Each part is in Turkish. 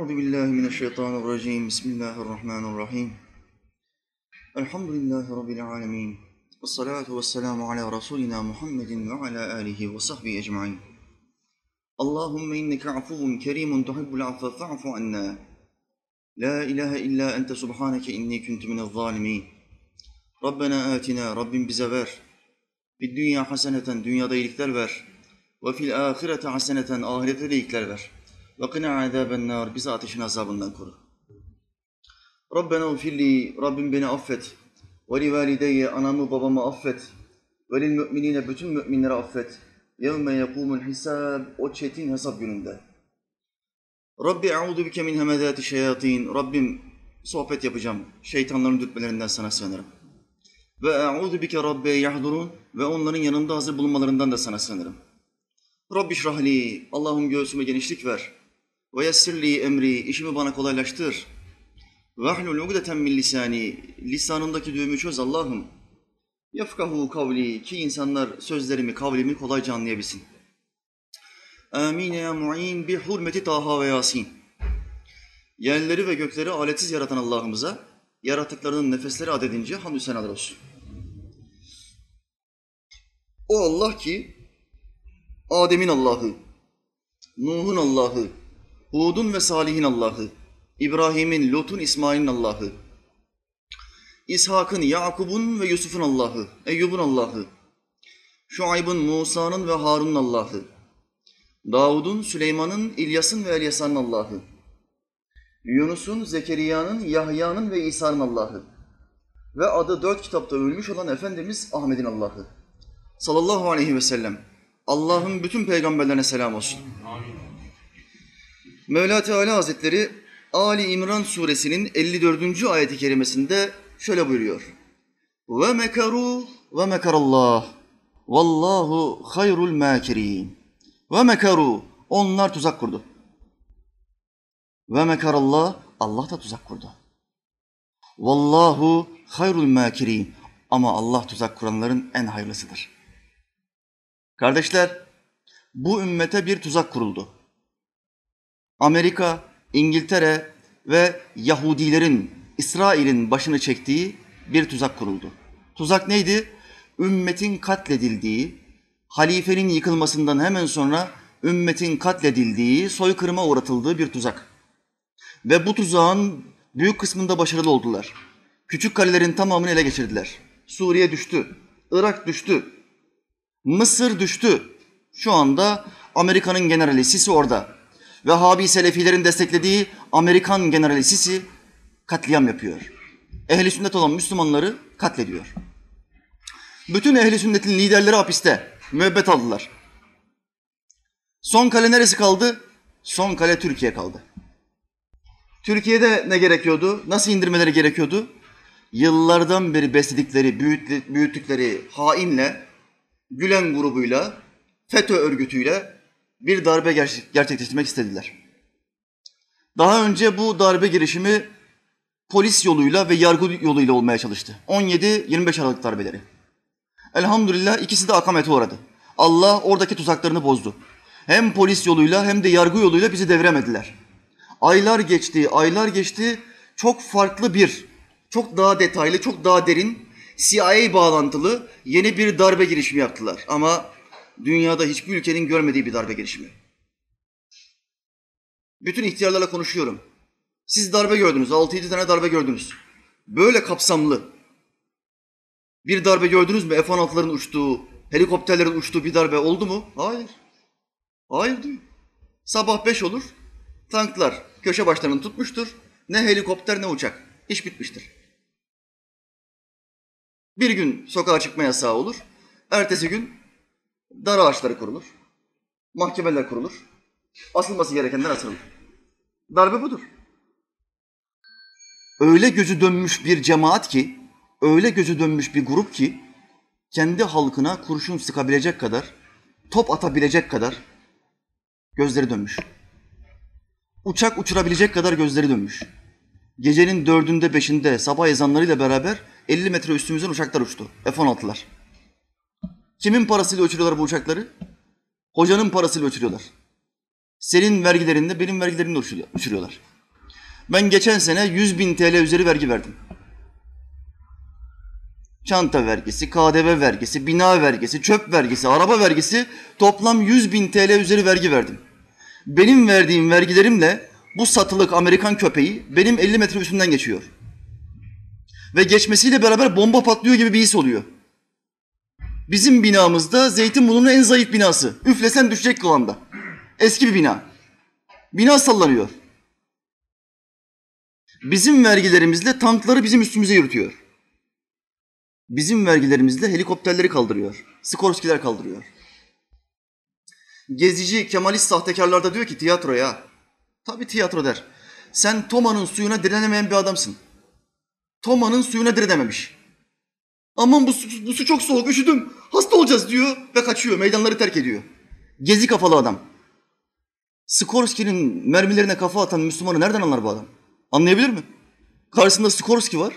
Euzu billahi mineşşeytanirracim. Bismillahirrahmanirrahim. Elhamdülillahi rabbil alamin. Vessalatu vesselamu ala rasulina Muhammedin ve ala alihi ve sahbihi ecmaîn. Allahumme inneke afuvun kerimun tuhibbul afve fa'fu anna. La ilahe illa ente subhaneke inni kuntu minez-zalimin. Rabbena atina, Rabbim bize ver. Fid dünya haseneten, dünyada iyilikler ver. Ve fil ahirete haseneten, ahirette de iyilikler ver. Ve qina azabennar, bizi ateşin azabından koru. Rabbena ufirli, Rabbim beni affet. Ve li valideyye, anamı babamı affet. Ve lil müminine, bütün müminleri affet. Yevme yekumul hisab, o çetin hesap gününde. Rabbi e'udu bike min hemezati şeyatin, Rabbim sohbet yapacağım, şeytanların dürtmelerinden sana sığınırım. Ve e'udu bike Rabbi yahdurun, ve onların yanında hazır bulunmalarından da sana sığınırım. Rabbi şrahli, Allah'ım göğsüme genişlik ver. Ve yessirli emri, işimi bana kolaylaştır. Ve ahlul ugdeten min lisani, lisanımdaki düğümü çöz Allah'ım. Yefkahu kavli, ki insanlar sözlerimi, kavlimi kolayca anlayabilsin. Amin ya mu'in bi hurmeti Taha ve Yasin. Yerleri ve gökleri aletsiz yaratan Allah'ımıza, yaratıklarının nefesleri adedince hamdü senalar olsun. O Allah ki, Adem'in Allah'ı, Nuh'un Allah'ı, Hud'un ve Salih'in Allah'ı, İbrahim'in, Lut'un, İsmail'in Allah'ı, İshak'ın, Yakub'un ve Yusuf'un Allah'ı, Eyyub'un Allah'ı, Şuayb'ın, Musa'nın ve Harun'un Allah'ı, Davud'un, Süleyman'ın, İlyas'ın ve Elyasa'nın Allah'ı, Yunus'un, Zekeriya'nın, Yahya'nın ve İsa'nın Allah'ı ve adı 4 kitapta ölmüş olan Efendimiz Ahmet'in Allah'ı. Sallallahu aleyhi ve sellem. Allah'ın bütün peygamberlerine selam olsun. Amin. Mevla Teala Hazretleri Ali İmran suresinin 54. ayeti kerimesinde şöyle buyuruyor. Ve mekaru ve mekarallah vallahu hayrul makirin. Ve mekaru, onlar tuzak kurdu. Ve mekarallah, Allah da tuzak kurdu. Vallahu hayrul makirin. Ama Allah tuzak kuranların en hayırlısıdır. Kardeşler, bu ümmete bir tuzak kuruldu. Amerika, İngiltere ve Yahudilerin, İsrail'in başını çektiği bir tuzak kuruldu. Tuzak neydi? Ümmetin katledildiği, halifenin yıkılmasından hemen sonra ümmetin katledildiği, soykırıma uğratıldığı bir tuzak. Ve bu tuzağın büyük kısmında başarılı oldular. Küçük kalelerin tamamını ele geçirdiler. Suriye düştü, Irak düştü, Mısır düştü. Şu anda Amerika'nın generali Sisi orada. Vehhabi Selefilerin desteklediği Amerikan generali Sisi katliam yapıyor. Ehl-i sünnet olan Müslümanları katlediyor. Bütün ehl-i sünnetin liderleri hapiste. Müebbet aldılar. Son kale neresi kaldı? Son kale Türkiye kaldı. Türkiye'de ne gerekiyordu? Nasıl indirmeleri gerekiyordu? Yıllardan beri besledikleri, büyüttükleri hainle, Gülen grubuyla, FETÖ örgütüyle bir darbe gerçekleştirmek istediler. Daha önce bu darbe girişimi polis yoluyla ve yargı yoluyla olmaya çalıştı. 17-25 Aralık darbeleri. Elhamdülillah ikisi de akamete uğradı. Allah oradaki tuzaklarını bozdu. Hem polis yoluyla hem de yargı yoluyla bizi deviremediler. Aylar geçti. Çok farklı bir, çok daha detaylı, çok daha derin, CIA bağlantılı yeni bir darbe girişimi yaptılar. Ama dünyada hiçbir ülkenin görmediği bir darbe girişimi. Bütün ihtiyarlarla konuşuyorum. Siz darbe gördünüz, 6-7 tane darbe gördünüz. Böyle kapsamlı bir darbe gördünüz mü? F-16'ların uçtuğu, helikopterlerin uçtuğu bir darbe oldu mu? Hayır. Hayır diyor. Sabah 5 olur, tanklar köşe başlarını tutmuştur. Ne helikopter ne uçak. İş bitmiştir. Bir gün sokağa çıkma yasağı olur. Ertesi gün dar ağaçları kurulur. Mahkemeler kurulur. Asılması gerekenler asılır. Darbe budur. Öyle gözü dönmüş bir cemaat ki, öyle gözü dönmüş bir grup ki, kendi halkına kurşun sıkabilecek kadar, top atabilecek kadar gözleri dönmüş. Uçak uçurabilecek kadar gözleri dönmüş. Gecenin 4'ünde 5'inde sabah ezanlarıyla beraber 50 metre üstümüzden uçaklar uçtu. F-16'lar. Kimin parasıyla uçuruyorlar bu uçakları? Hocanın parasıyla uçuruyorlar. Senin vergilerinle benim vergilerimle uçuruyorlar. Ben geçen sene 100.000 TL üzeri vergi verdim. Çanta vergisi, KDV vergisi, bina vergisi, çöp vergisi, araba vergisi, toplam 100.000 TL üzeri vergi verdim. Benim verdiğim vergilerimle bu satılık Amerikan köpeği benim 50 metre üstünden geçiyor. Ve geçmesiyle beraber bomba patlıyor gibi bir his oluyor. Bizim binamızda Zeytinburnu'nun en zayıf binası. Üflesen düşecek kıvamda. Eski bir bina. Bina sallanıyor. Bizim vergilerimizle tankları bizim üstümüze yürütüyor. Bizim vergilerimizle helikopterleri kaldırıyor. Skorskiler kaldırıyor. Gezici, Kemalist sahtekarlar da diyor ki tiyatroya. Tabii tiyatro der. Sen Toma'nın suyuna direnemeyen bir adamsın. Toma'nın suyuna direnememiş. Aman bu su çok soğuk, üşüdüm, hasta olacağız diyor ve kaçıyor, meydanları terk ediyor. Gezi kafalı adam. Skorski'nin mermilerine kafa atan Müslümanı nereden anlar bu adam? Anlayabilir mi? Karşısında Skorski var.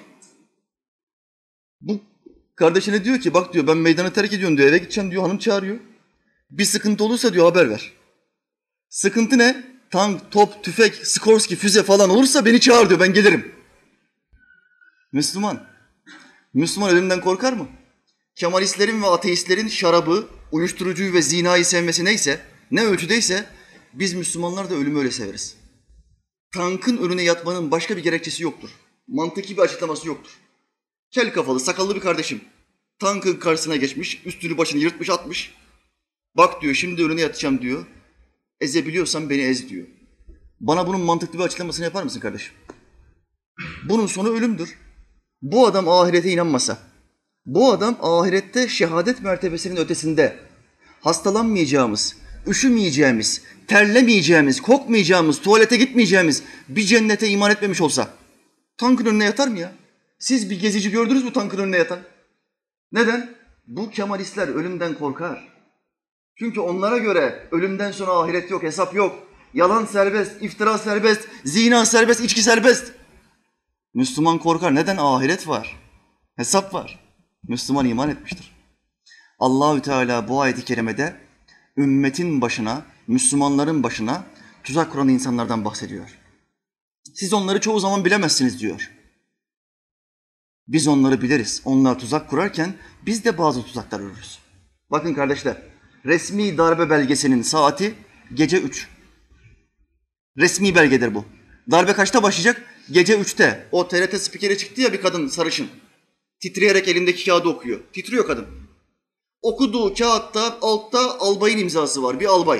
Bu kardeşine diyor ki bak diyor ben meydanı terk ediyorum diyor, eve gideceğim diyor, hanım çağırıyor. Bir sıkıntı olursa diyor haber ver. Sıkıntı ne? Tank, top, tüfek, Skorski, füze falan olursa beni çağır diyor, ben gelirim. Müslüman. Müslüman ölümden korkar mı? Kemalistlerin ve ateistlerin şarabı, uyuşturucuyu ve zinayı sevmesi neyse, ne ölçüdeyse biz Müslümanlar da ölümü öyle severiz. Tankın önüne yatmanın başka bir gerekçesi yoktur. Mantıki bir açıklaması yoktur. Kel kafalı, sakallı bir kardeşim tankın karşısına geçmiş, üstünü başını yırtmış atmış. Bak diyor şimdi önüne yatacağım diyor. Ezebiliyorsan beni ez diyor. Bana bunun mantıklı bir açıklamasını yapar mısın kardeşim? Bunun sonu ölümdür. Bu adam ahirete inanmasa, bu adam ahirette şehadet mertebesinin ötesinde hastalanmayacağımız, üşümeyeceğimiz, terlemeyeceğimiz, kokmayacağımız, tuvalete gitmeyeceğimiz bir cennete iman etmemiş olsa tankın önüne yatar mı ya? Siz bir gezici gördünüz mü tankın önüne yatan? Neden? Bu Kemalistler ölümden korkar. Çünkü onlara göre ölümden sonra ahiret yok, hesap yok. Yalan serbest, iftira serbest, zina serbest, içki serbest. Müslüman korkar. Neden? Ahiret var. Hesap var. Müslüman iman etmiştir. Allahü Teala bu ayet-i kerimede ümmetin başına, Müslümanların başına tuzak kuran insanlardan bahsediyor. Siz onları çoğu zaman bilemezsiniz diyor. Biz onları biliriz. Onlar tuzak kurarken biz de bazı tuzaklar örürüz. Bakın kardeşler, resmi darbe belgesinin saati gece 3. Resmi belgedir bu. Darbe kaçta başlayacak? Gece 3'te. O TRT spikeri çıktı ya bir kadın sarışın. Titreyerek elindeki kağıdı okuyor. Titriyor kadın. Okuduğu kağıtta altta albayın imzası var. Bir albay.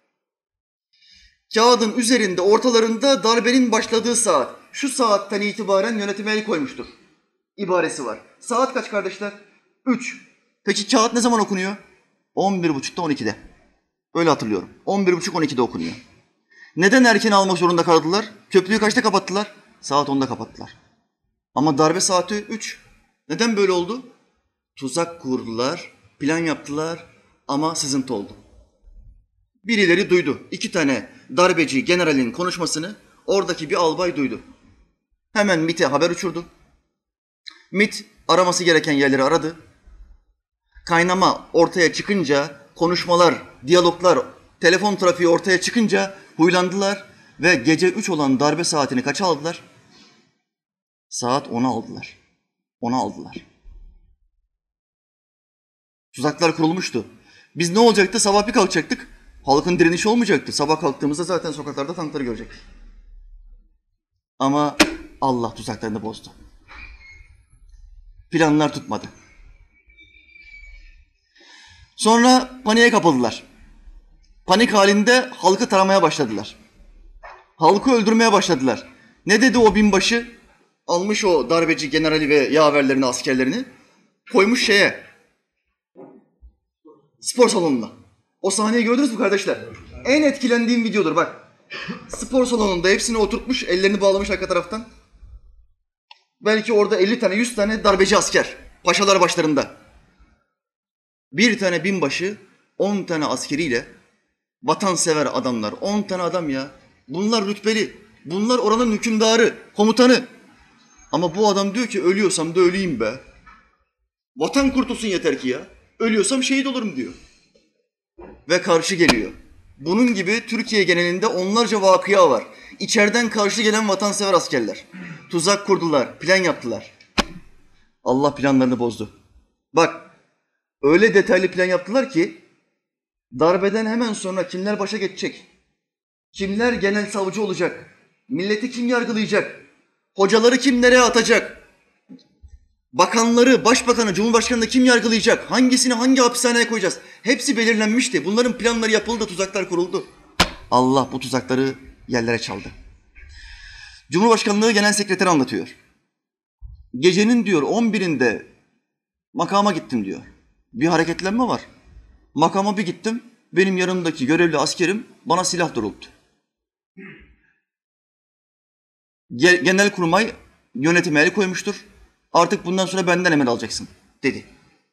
Kağıdın üzerinde ortalarında darbenin başladığı saat. Şu saatten itibaren yönetime el koymuştur. İbaresi var. Saat kaç kardeşler? 3. Peki kağıt ne zaman okunuyor? 11.30'da 12'de. Öyle hatırlıyorum. 11.30-12'de okunuyor. Neden erken almak zorunda kaldılar? Köprüyü kaçta kapattılar? Saat 10'da kapattılar. Ama darbe saati 3. Neden böyle oldu? Tuzak kurdular, plan yaptılar ama sızıntı oldu. Birileri duydu. 2 tane darbeci generalin konuşmasını oradaki bir albay duydu. Hemen MİT'e haber uçurdu. MİT araması gereken yerleri aradı. Kaynama ortaya çıkınca, konuşmalar, diyaloglar, telefon trafiği ortaya çıkınca huylandılar ve gece 3 olan darbe saatini kaça aldılar? Saat 10'a aldılar. 10'a aldılar. Tuzaklar kurulmuştu. Biz ne olacaktı? Sabah bir kalkacaktık. Halkın direnişi olmayacaktı. Sabah kalktığımızda zaten sokaklarda tankları görecektik. Ama Allah tuzaklarını bozdu. Planlar tutmadı. Sonra paniğe kapıldılar. Panik halinde halkı taramaya başladılar. Halkı öldürmeye başladılar. Ne dedi o binbaşı? Almış o darbeci generali ve yaverlerini, askerlerini koymuş spor salonuna. O sahneyi gördünüz mü kardeşler? En etkilendiğim videodur bak. Spor salonunda hepsini oturtmuş, ellerini bağlamış arka taraftan. Belki orada 50 tane, 100 tane darbeci asker. Paşalar başlarında. Bir tane binbaşı, 10 tane askeriyle, vatansever adamlar, 10 tane adam ya. Bunlar rütbeli, bunlar oranın hükümdarı, komutanı. Ama bu adam diyor ki ölüyorsam da öleyim be. Vatan kurtulsun yeter ki ya. Ölüyorsam şehit olurum diyor. Ve karşı geliyor. Bunun gibi Türkiye genelinde onlarca vakıya var. İçeriden karşı gelen vatansever askerler. Tuzak kurdular, plan yaptılar. Allah planlarını bozdu. Bak, öyle detaylı plan yaptılar ki darbeden hemen sonra kimler başa geçecek? Kimler genel savcı olacak? Milleti kim yargılayacak? Hocaları kim nereye atacak? Bakanları, başbakanı, cumhurbaşkanını kim yargılayacak? Hangisini hangi hapishaneye koyacağız? Hepsi belirlenmişti. Bunların planları yapıldı, tuzaklar kuruldu. Allah bu tuzakları yerlere çaldı. Cumhurbaşkanlığı Genel Sekreteri anlatıyor. Gecenin diyor 11'inde makama gittim diyor. Bir hareketlenme var. Makama bir gittim. Benim yanımdaki görevli askerim bana silah doğrulttu. Genelkurmay yönetime el koymuştur. Artık bundan sonra benden emir alacaksın dedi.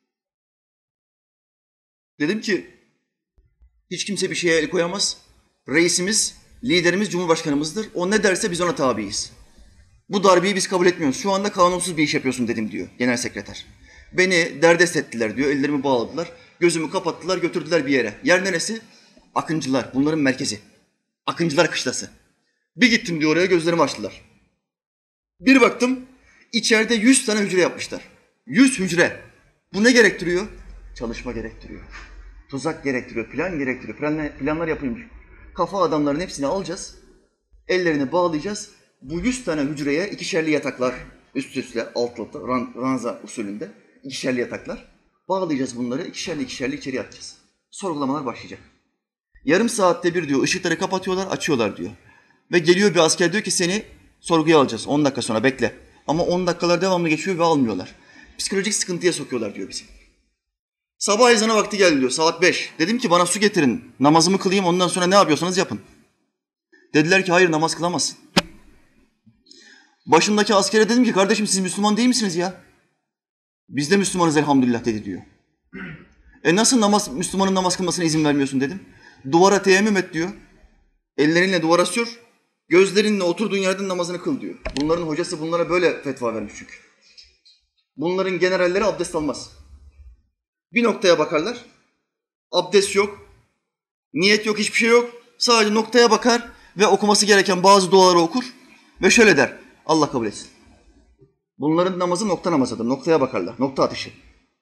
Dedim ki hiç kimse bir şeye el koyamaz. Reisimiz, liderimiz Cumhurbaşkanımızdır. O ne derse biz ona tabiiz. Bu darbeyi biz kabul etmiyoruz. Şu anda kanunsuz bir iş yapıyorsun dedim diyor genel sekreter. Beni derdest ettiler diyor. Ellerimi bağladılar. Gözümü kapattılar, götürdüler bir yere. Yer neresi? Akıncılar. Bunların merkezi. Akıncılar kışlası. Bir gittim diyor oraya, gözlerimi açtılar. Bir baktım içeride 100 tane hücre yapmışlar. 100 hücre. Bu ne gerektiriyor? Çalışma gerektiriyor. Tuzak gerektiriyor, plan gerektiriyor. Planlar yapılmış. Kafa adamların hepsini alacağız. Ellerini bağlayacağız. Bu 100 tane hücreye ikişerli yataklar, üst üste, alt alta, ranza usulünde ikişerli yataklar. Bağlayacağız bunları, ikişerli içeri atacağız. Sorgulamalar başlayacak. Yarım saatte bir diyor, ışıkları kapatıyorlar, açıyorlar diyor. Ve geliyor bir asker diyor ki seni sorguya alacağız. 10 dakika sonra bekle. Ama 10 dakikalar devamlı geçiyor ve almıyorlar. Psikolojik sıkıntıya sokuyorlar diyor bizi. Sabah ezanı vakti geldi diyor, saat 5. Dedim ki bana su getirin, namazımı kılayım, ondan sonra ne yapıyorsanız yapın. Dediler ki hayır, namaz kılamazsın. Başımdaki askere dedim ki kardeşim siz Müslüman değil misiniz ya? Biz de Müslümanız elhamdülillah dedi diyor. Nasıl Müslümanın namaz kılmasına izin vermiyorsun dedim. Duvara teyemmüm et diyor. Ellerinle duvara sür. Gözlerinle oturduğun yerden namazını kıl diyor. Bunların hocası bunlara böyle fetva vermiş çünkü. Bunların generalleri abdest almaz. Bir noktaya bakarlar. Abdest yok. Niyet yok, hiçbir şey yok. Sadece noktaya bakar ve okuması gereken bazı duaları okur. Ve şöyle der. Allah kabul etsin. Bunların namazı nokta namazıdır. Noktaya bakarlar. Nokta atışı.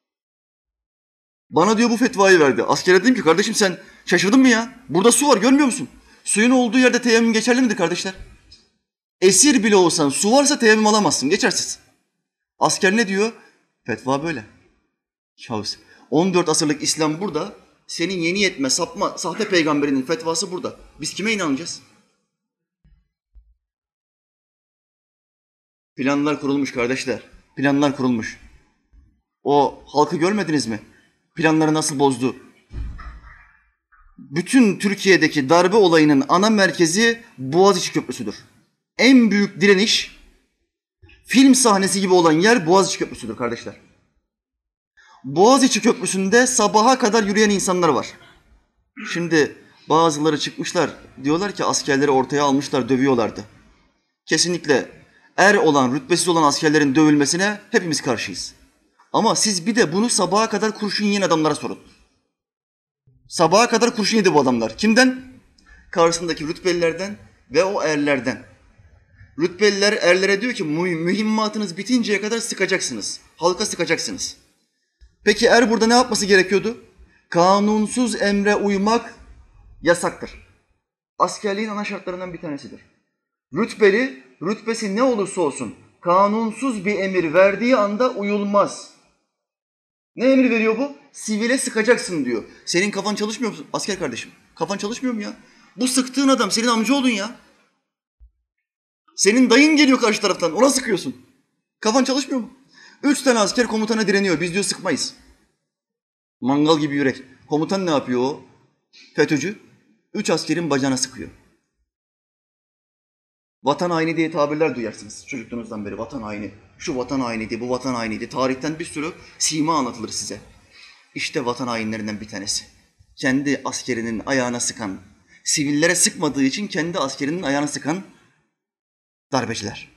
Bana diyor bu fetvayı verdi. Askere dedim ki kardeşim sen şaşırdın mı ya? Burada su var görmüyor musun? Suyun olduğu yerde teyemmüm geçerli midir kardeşler? Esir bile olsan su varsa teyemmüm alamazsın. Geçersiz. Asker ne diyor? Fetva böyle. Şahıs. 14 asırlık İslam burada. Senin yeni yetme, sapma, sahte peygamberinin fetvası burada. Biz kime inanacağız? Planlar kurulmuş kardeşler. Planlar kurulmuş. O halkı görmediniz mi? Planları nasıl bozdu? Bütün Türkiye'deki darbe olayının ana merkezi Boğaziçi Köprüsü'dür. En büyük direniş, film sahnesi gibi olan yer Boğaziçi Köprüsü'dür kardeşler. Boğaziçi Köprüsü'nde sabaha kadar yürüyen insanlar var. Şimdi bazıları çıkmışlar, diyorlar ki askerleri ortaya almışlar, dövüyorlardı. Kesinlikle er olan, rütbesiz olan askerlerin dövülmesine hepimiz karşıyız. Ama siz bir de bunu sabaha kadar kurşun yiyen adamlara sorun. Sabaha kadar kurşun yedi bu adamlar. Kimden? Karşısındaki rütbelilerden ve o erlerden. Rütbeliler erlere diyor ki mühimmatınız bitinceye kadar sıkacaksınız. Halka sıkacaksınız. Peki er burada ne yapması gerekiyordu? Kanunsuz emre uymak yasaktır. Askerliğin ana şartlarından bir tanesidir. Rütbeli, rütbesi ne olursa olsun kanunsuz bir emir verdiği anda uyulmaz. Ne emir veriyor bu? Sivile sıkacaksın diyor. Senin kafan çalışmıyor mu asker kardeşim? Kafan çalışmıyor mu ya? Bu sıktığın adam senin amcaoğlun ya. Senin dayın geliyor karşı taraftan, ona sıkıyorsun. Kafan çalışmıyor mu? 3 tane asker komutana direniyor, biz diyor sıkmayız. Mangal gibi yürek. Komutan ne yapıyor o? FETÖ'cü. 3 askerin bacağına sıkıyor. Vatan haini diye tabirler duyarsınız çocukluğunuzdan beri. Vatan haini. Şu vatan hainiydi, bu vatan hainiydi. Tarihten bir sürü sima anlatılır size. İşte vatan hainlerinden bir tanesi. Kendi askerinin ayağına sıkan, sivillere sıkmadığı için kendi askerinin ayağına sıkan darbeciler.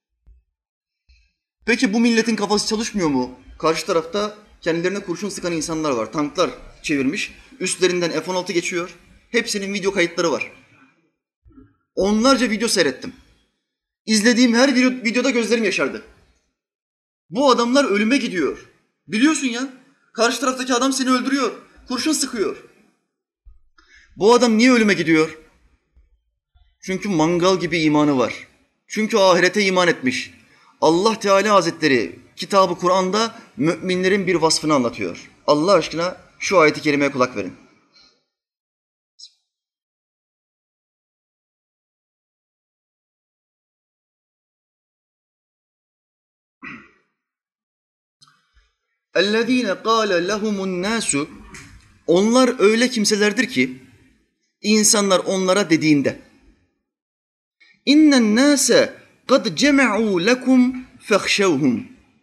Peki bu milletin kafası çalışmıyor mu? Karşı tarafta kendilerine kurşun sıkan insanlar var. Tanklar çevirmiş. Üstlerinden F-16 geçiyor. Hepsinin video kayıtları var. Onlarca video seyrettim. İzlediğim her videoda gözlerim yaşardı. Bu adamlar ölüme gidiyor. Biliyorsun ya, karşı taraftaki adam seni öldürüyor, kurşun sıkıyor. Bu adam niye ölüme gidiyor? Çünkü mangal gibi imanı var. Çünkü ahirete iman etmiş. Allah Teala Hazretleri kitabı Kur'an'da müminlerin bir vasfını anlatıyor. Allah aşkına şu ayeti kerimeye kulak verin. اَلَّذ۪ينَ قَالَ لَهُمُ النَّاسُ Onlar öyle kimselerdir ki insanlar onlara dediğinde اِنَّ النَّاسَ قَدْ جَمَعُوا لَكُمْ فَخْشَوْهُمْ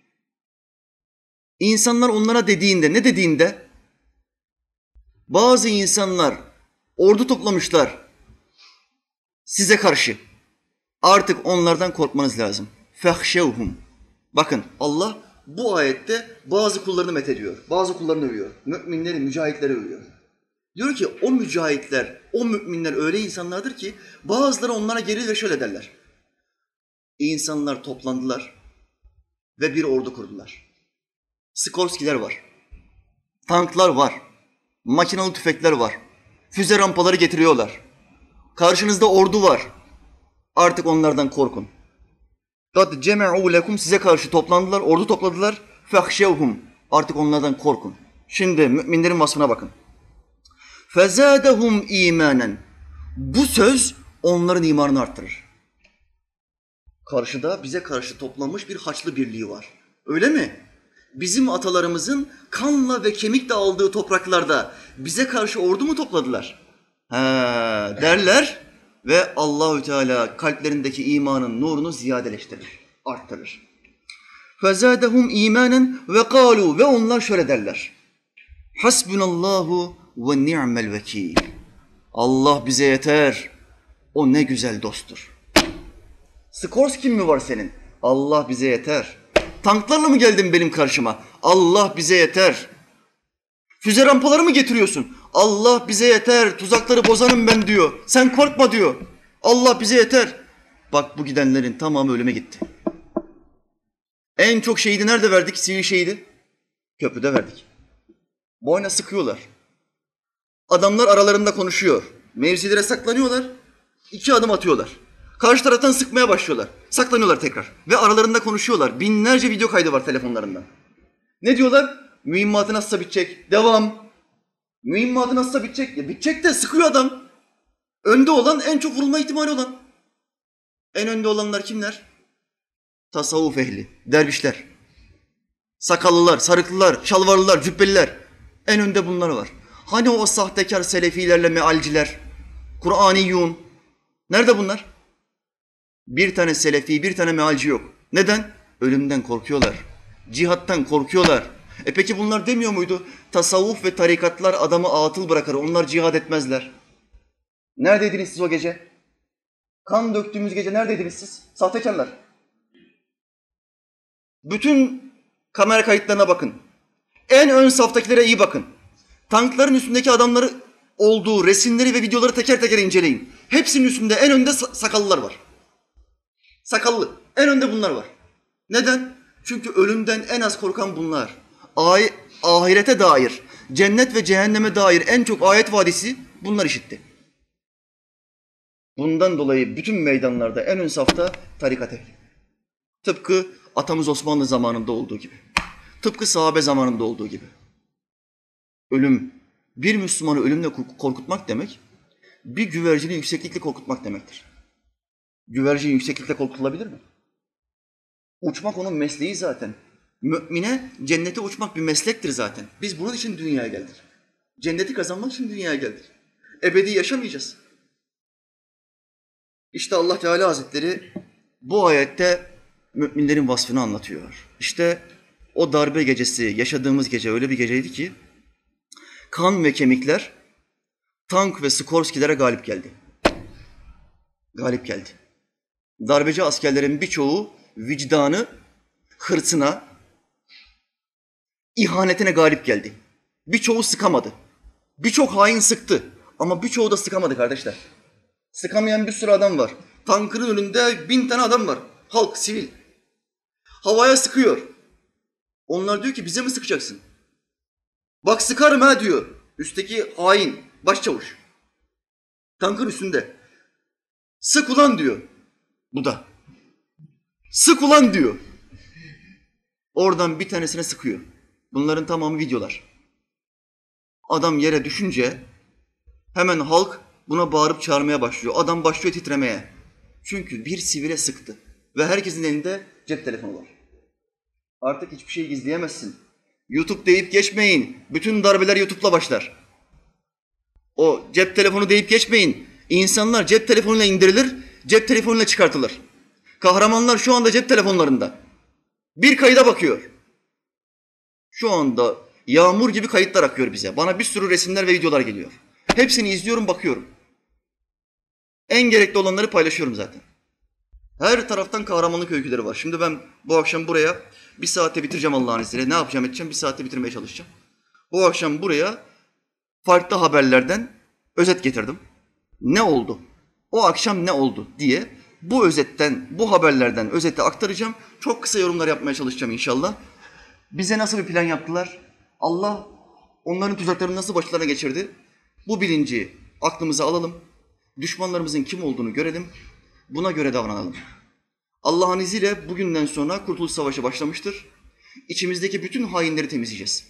İnsanlar onlara dediğinde, ne dediğinde? Bazı insanlar ordu toplamışlar size karşı. Artık onlardan korkmanız lazım. فَخْشَوْهُمْ Bakın Allah bu ayette bazı kullarını methediyor, bazı kullarını övüyor. Müminleri, mücahitleri övüyor. Diyor ki o mücahitler, o müminler öyle insanlardır ki bazıları onlara gelir ve şöyle derler. İnsanlar toplandılar ve bir ordu kurdular. Skorskiler var, tanklar var, makinalı tüfekler var, füze rampaları getiriyorlar. Karşınızda ordu var. Artık onlardan korkun. قَدْ جَمَعُوا لَكُمْ Size karşı toplandılar, ordu topladılar. فَخْشَوْهُمْ Artık onlardan korkun. Şimdi müminlerin vasfına bakın. فَزَادَهُمْ اِيمَانًا Bu söz onların imanını arttırır. Karşıda bize karşı toplanmış bir Haçlı birliği var. Öyle mi? Bizim atalarımızın kanla ve kemikle aldığı topraklarda bize karşı ordu mu topladılar? Derler ve Allahü Teala kalplerindeki imanın nurunu ziyadeleştirir, arttırır. فَزَادَهُمْ اِيمَانًا وَقَالُوا Ve onlar şöyle derler. Hasbunallahu ve ni'mel vekil. Allah bize yeter. O ne güzel dosttur. Skorskin mi var senin? Allah bize yeter. Tanklarla mı geldin benim karşıma? Allah bize yeter. Füze rampaları mı getiriyorsun? Allah bize yeter. Tuzakları bozanım ben diyor. Sen korkma diyor. Allah bize yeter. Bak bu gidenlerin tamamı ölüme gitti. En çok şehidi nerede verdik? Sivil şehidi. Köprüde verdik. Boyna sıkıyorlar. Adamlar aralarında konuşuyor. Mevzilere saklanıyorlar. 2 adım atıyorlar. Karşı taraftan sıkmaya başlıyorlar. Saklanıyorlar tekrar. Ve aralarında konuşuyorlar. Binlerce video kaydı var telefonlarında. Ne diyorlar? Mühimmatı nasılsa bitecek. Devam. Mühimmatı nasılsa bitecek. Ya bitecek de sıkıyor adam. Önde olan, en çok vurulma ihtimali olan. En önde olanlar kimler? Tasavvuf ehli, dervişler. Sakallılar, sarıklılar, şalvarlılar, cübbeliler. En önde bunlar var. Hani o sahtekar selefilerle mealciler, Kur'aniyun. Nerede bunlar? Bir tane selefi, bir tane mealci yok. Neden? Ölümden korkuyorlar. Cihattan korkuyorlar. Peki bunlar demiyor muydu? Tasavvuf ve tarikatlar adamı atıl bırakır. Onlar cihad etmezler. Neredeydiniz siz o gece? Kan döktüğümüz gece neredeydiniz siz? Sahtekarlar. Bütün kamera kayıtlarına bakın. En ön saftakilere iyi bakın. Tankların üstündeki adamları olduğu resimleri ve videoları teker teker inceleyin. Hepsinin üstünde en önde sakallılar var. Sakallı. En önde bunlar var. Neden? Çünkü ölümden en az korkan bunlar. Ahirete dair, cennet ve cehenneme dair en çok ayet vadisi bunlar işitti. Bundan dolayı bütün meydanlarda en ön safta tarikat ehli. Tıpkı atamız Osmanlı zamanında olduğu gibi. Tıpkı sahabe zamanında olduğu gibi. Ölüm, bir Müslümanı ölümle korkutmak demek, bir güvercini yükseklikle korkutmak demektir. Güvercin yükseklikle korkutulabilir mi? Uçmak onun mesleği zaten. Mümine cennete uçmak bir meslektir zaten. Biz bunun için dünyaya geldik. Cenneti kazanmak için dünyaya geldik. Ebedi yaşamayacağız. İşte Allah Teala Hazretleri bu ayette müminlerin vasfını anlatıyor. İşte o darbe gecesi, yaşadığımız gece öyle bir geceydi ki kan ve kemikler tank ve Skorskilere galip geldi. Galip geldi. Darbeci askerlerin birçoğu vicdanı, hırsına, ihanetine galip geldi. Birçoğu sıkamadı. Birçok hain sıktı ama birçoğu da sıkamadı kardeşler. Sıkamayan bir sürü adam var. Tankın önünde 1000 tane adam var. Halk, sivil. Havaya sıkıyor. Onlar diyor ki bize mi sıkacaksın? Bak sıkarım ha diyor. Üstteki hain, başçavuş. Tankın üstünde. Sık ulan diyor. Bu da. Sık ulan diyor. Oradan bir tanesine sıkıyor. Bunların tamamı videolar. Adam yere düşünce hemen halk buna bağırıp çağırmaya başlıyor. Adam başlıyor titremeye. Çünkü bir sivile sıktı. Ve herkesin elinde cep telefonu var. Artık hiçbir şey gizleyemezsin. YouTube deyip geçmeyin. Bütün darbeler YouTube'la başlar. O cep telefonu deyip geçmeyin. İnsanlar cep telefonuyla indirilir, cep telefonuyla çıkartılır. Kahramanlar şu anda cep telefonlarında. Bir kayıda bakıyor. Şu anda yağmur gibi kayıtlar akıyor bize. Bana bir sürü resimler ve videolar geliyor. Hepsini izliyorum, bakıyorum. En gerekli olanları paylaşıyorum zaten. Her taraftan kahramanlık öyküleri var. Şimdi ben bu akşam buraya bir saate bitireceğim Allah'ın izniyle. Ne yapacağım edeceğim? Bir saate bitirmeye çalışacağım. Bu akşam buraya farklı haberlerden özet getirdim. Ne oldu? O akşam ne oldu diye bu özetten, bu haberlerden özeti aktaracağım. Çok kısa yorumlar yapmaya çalışacağım inşallah. Bize nasıl bir plan yaptılar? Allah onların tuzaklarını nasıl başlarına geçirdi? Bu bilinci aklımıza alalım. Düşmanlarımızın kim olduğunu görelim. Buna göre davranalım. Allah'ın izniyle bugünden sonra Kurtuluş Savaşı başlamıştır. İçimizdeki bütün hainleri temizleyeceğiz.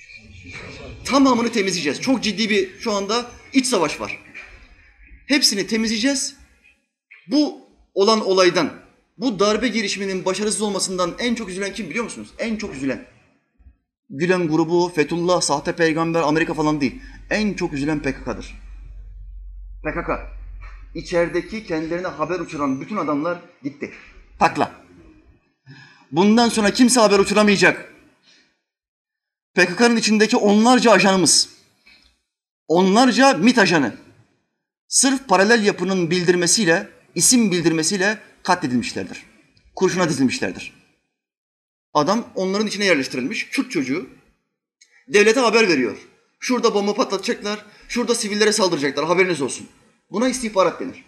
Tamamını temizleyeceğiz. Çok ciddi bir şu anda iç savaş var. Hepsini temizleyeceğiz. Bu olan olaydan, bu darbe girişiminin başarısız olmasından en çok üzülen kim biliyor musunuz? En çok üzülen. Gülen grubu, Fethullah, sahte peygamber, Amerika falan değil. En çok üzülen PKK'dır. PKK. İçerideki kendilerine haber uçuran bütün adamlar gitti. Takla. Bundan sonra kimse haber uçuramayacak. PKK'nın içindeki onlarca ajanımız, onlarca MİT ajanı, sırf paralel yapının bildirmesiyle, isim bildirmesiyle katledilmişlerdir. Kurşuna dizilmişlerdir. Adam onların içine yerleştirilmiş, Kürt çocuğu, devlete haber veriyor. Şurada bomba patlatacaklar, şurada sivillere saldıracaklar, haberiniz olsun. Buna istihbarat denir.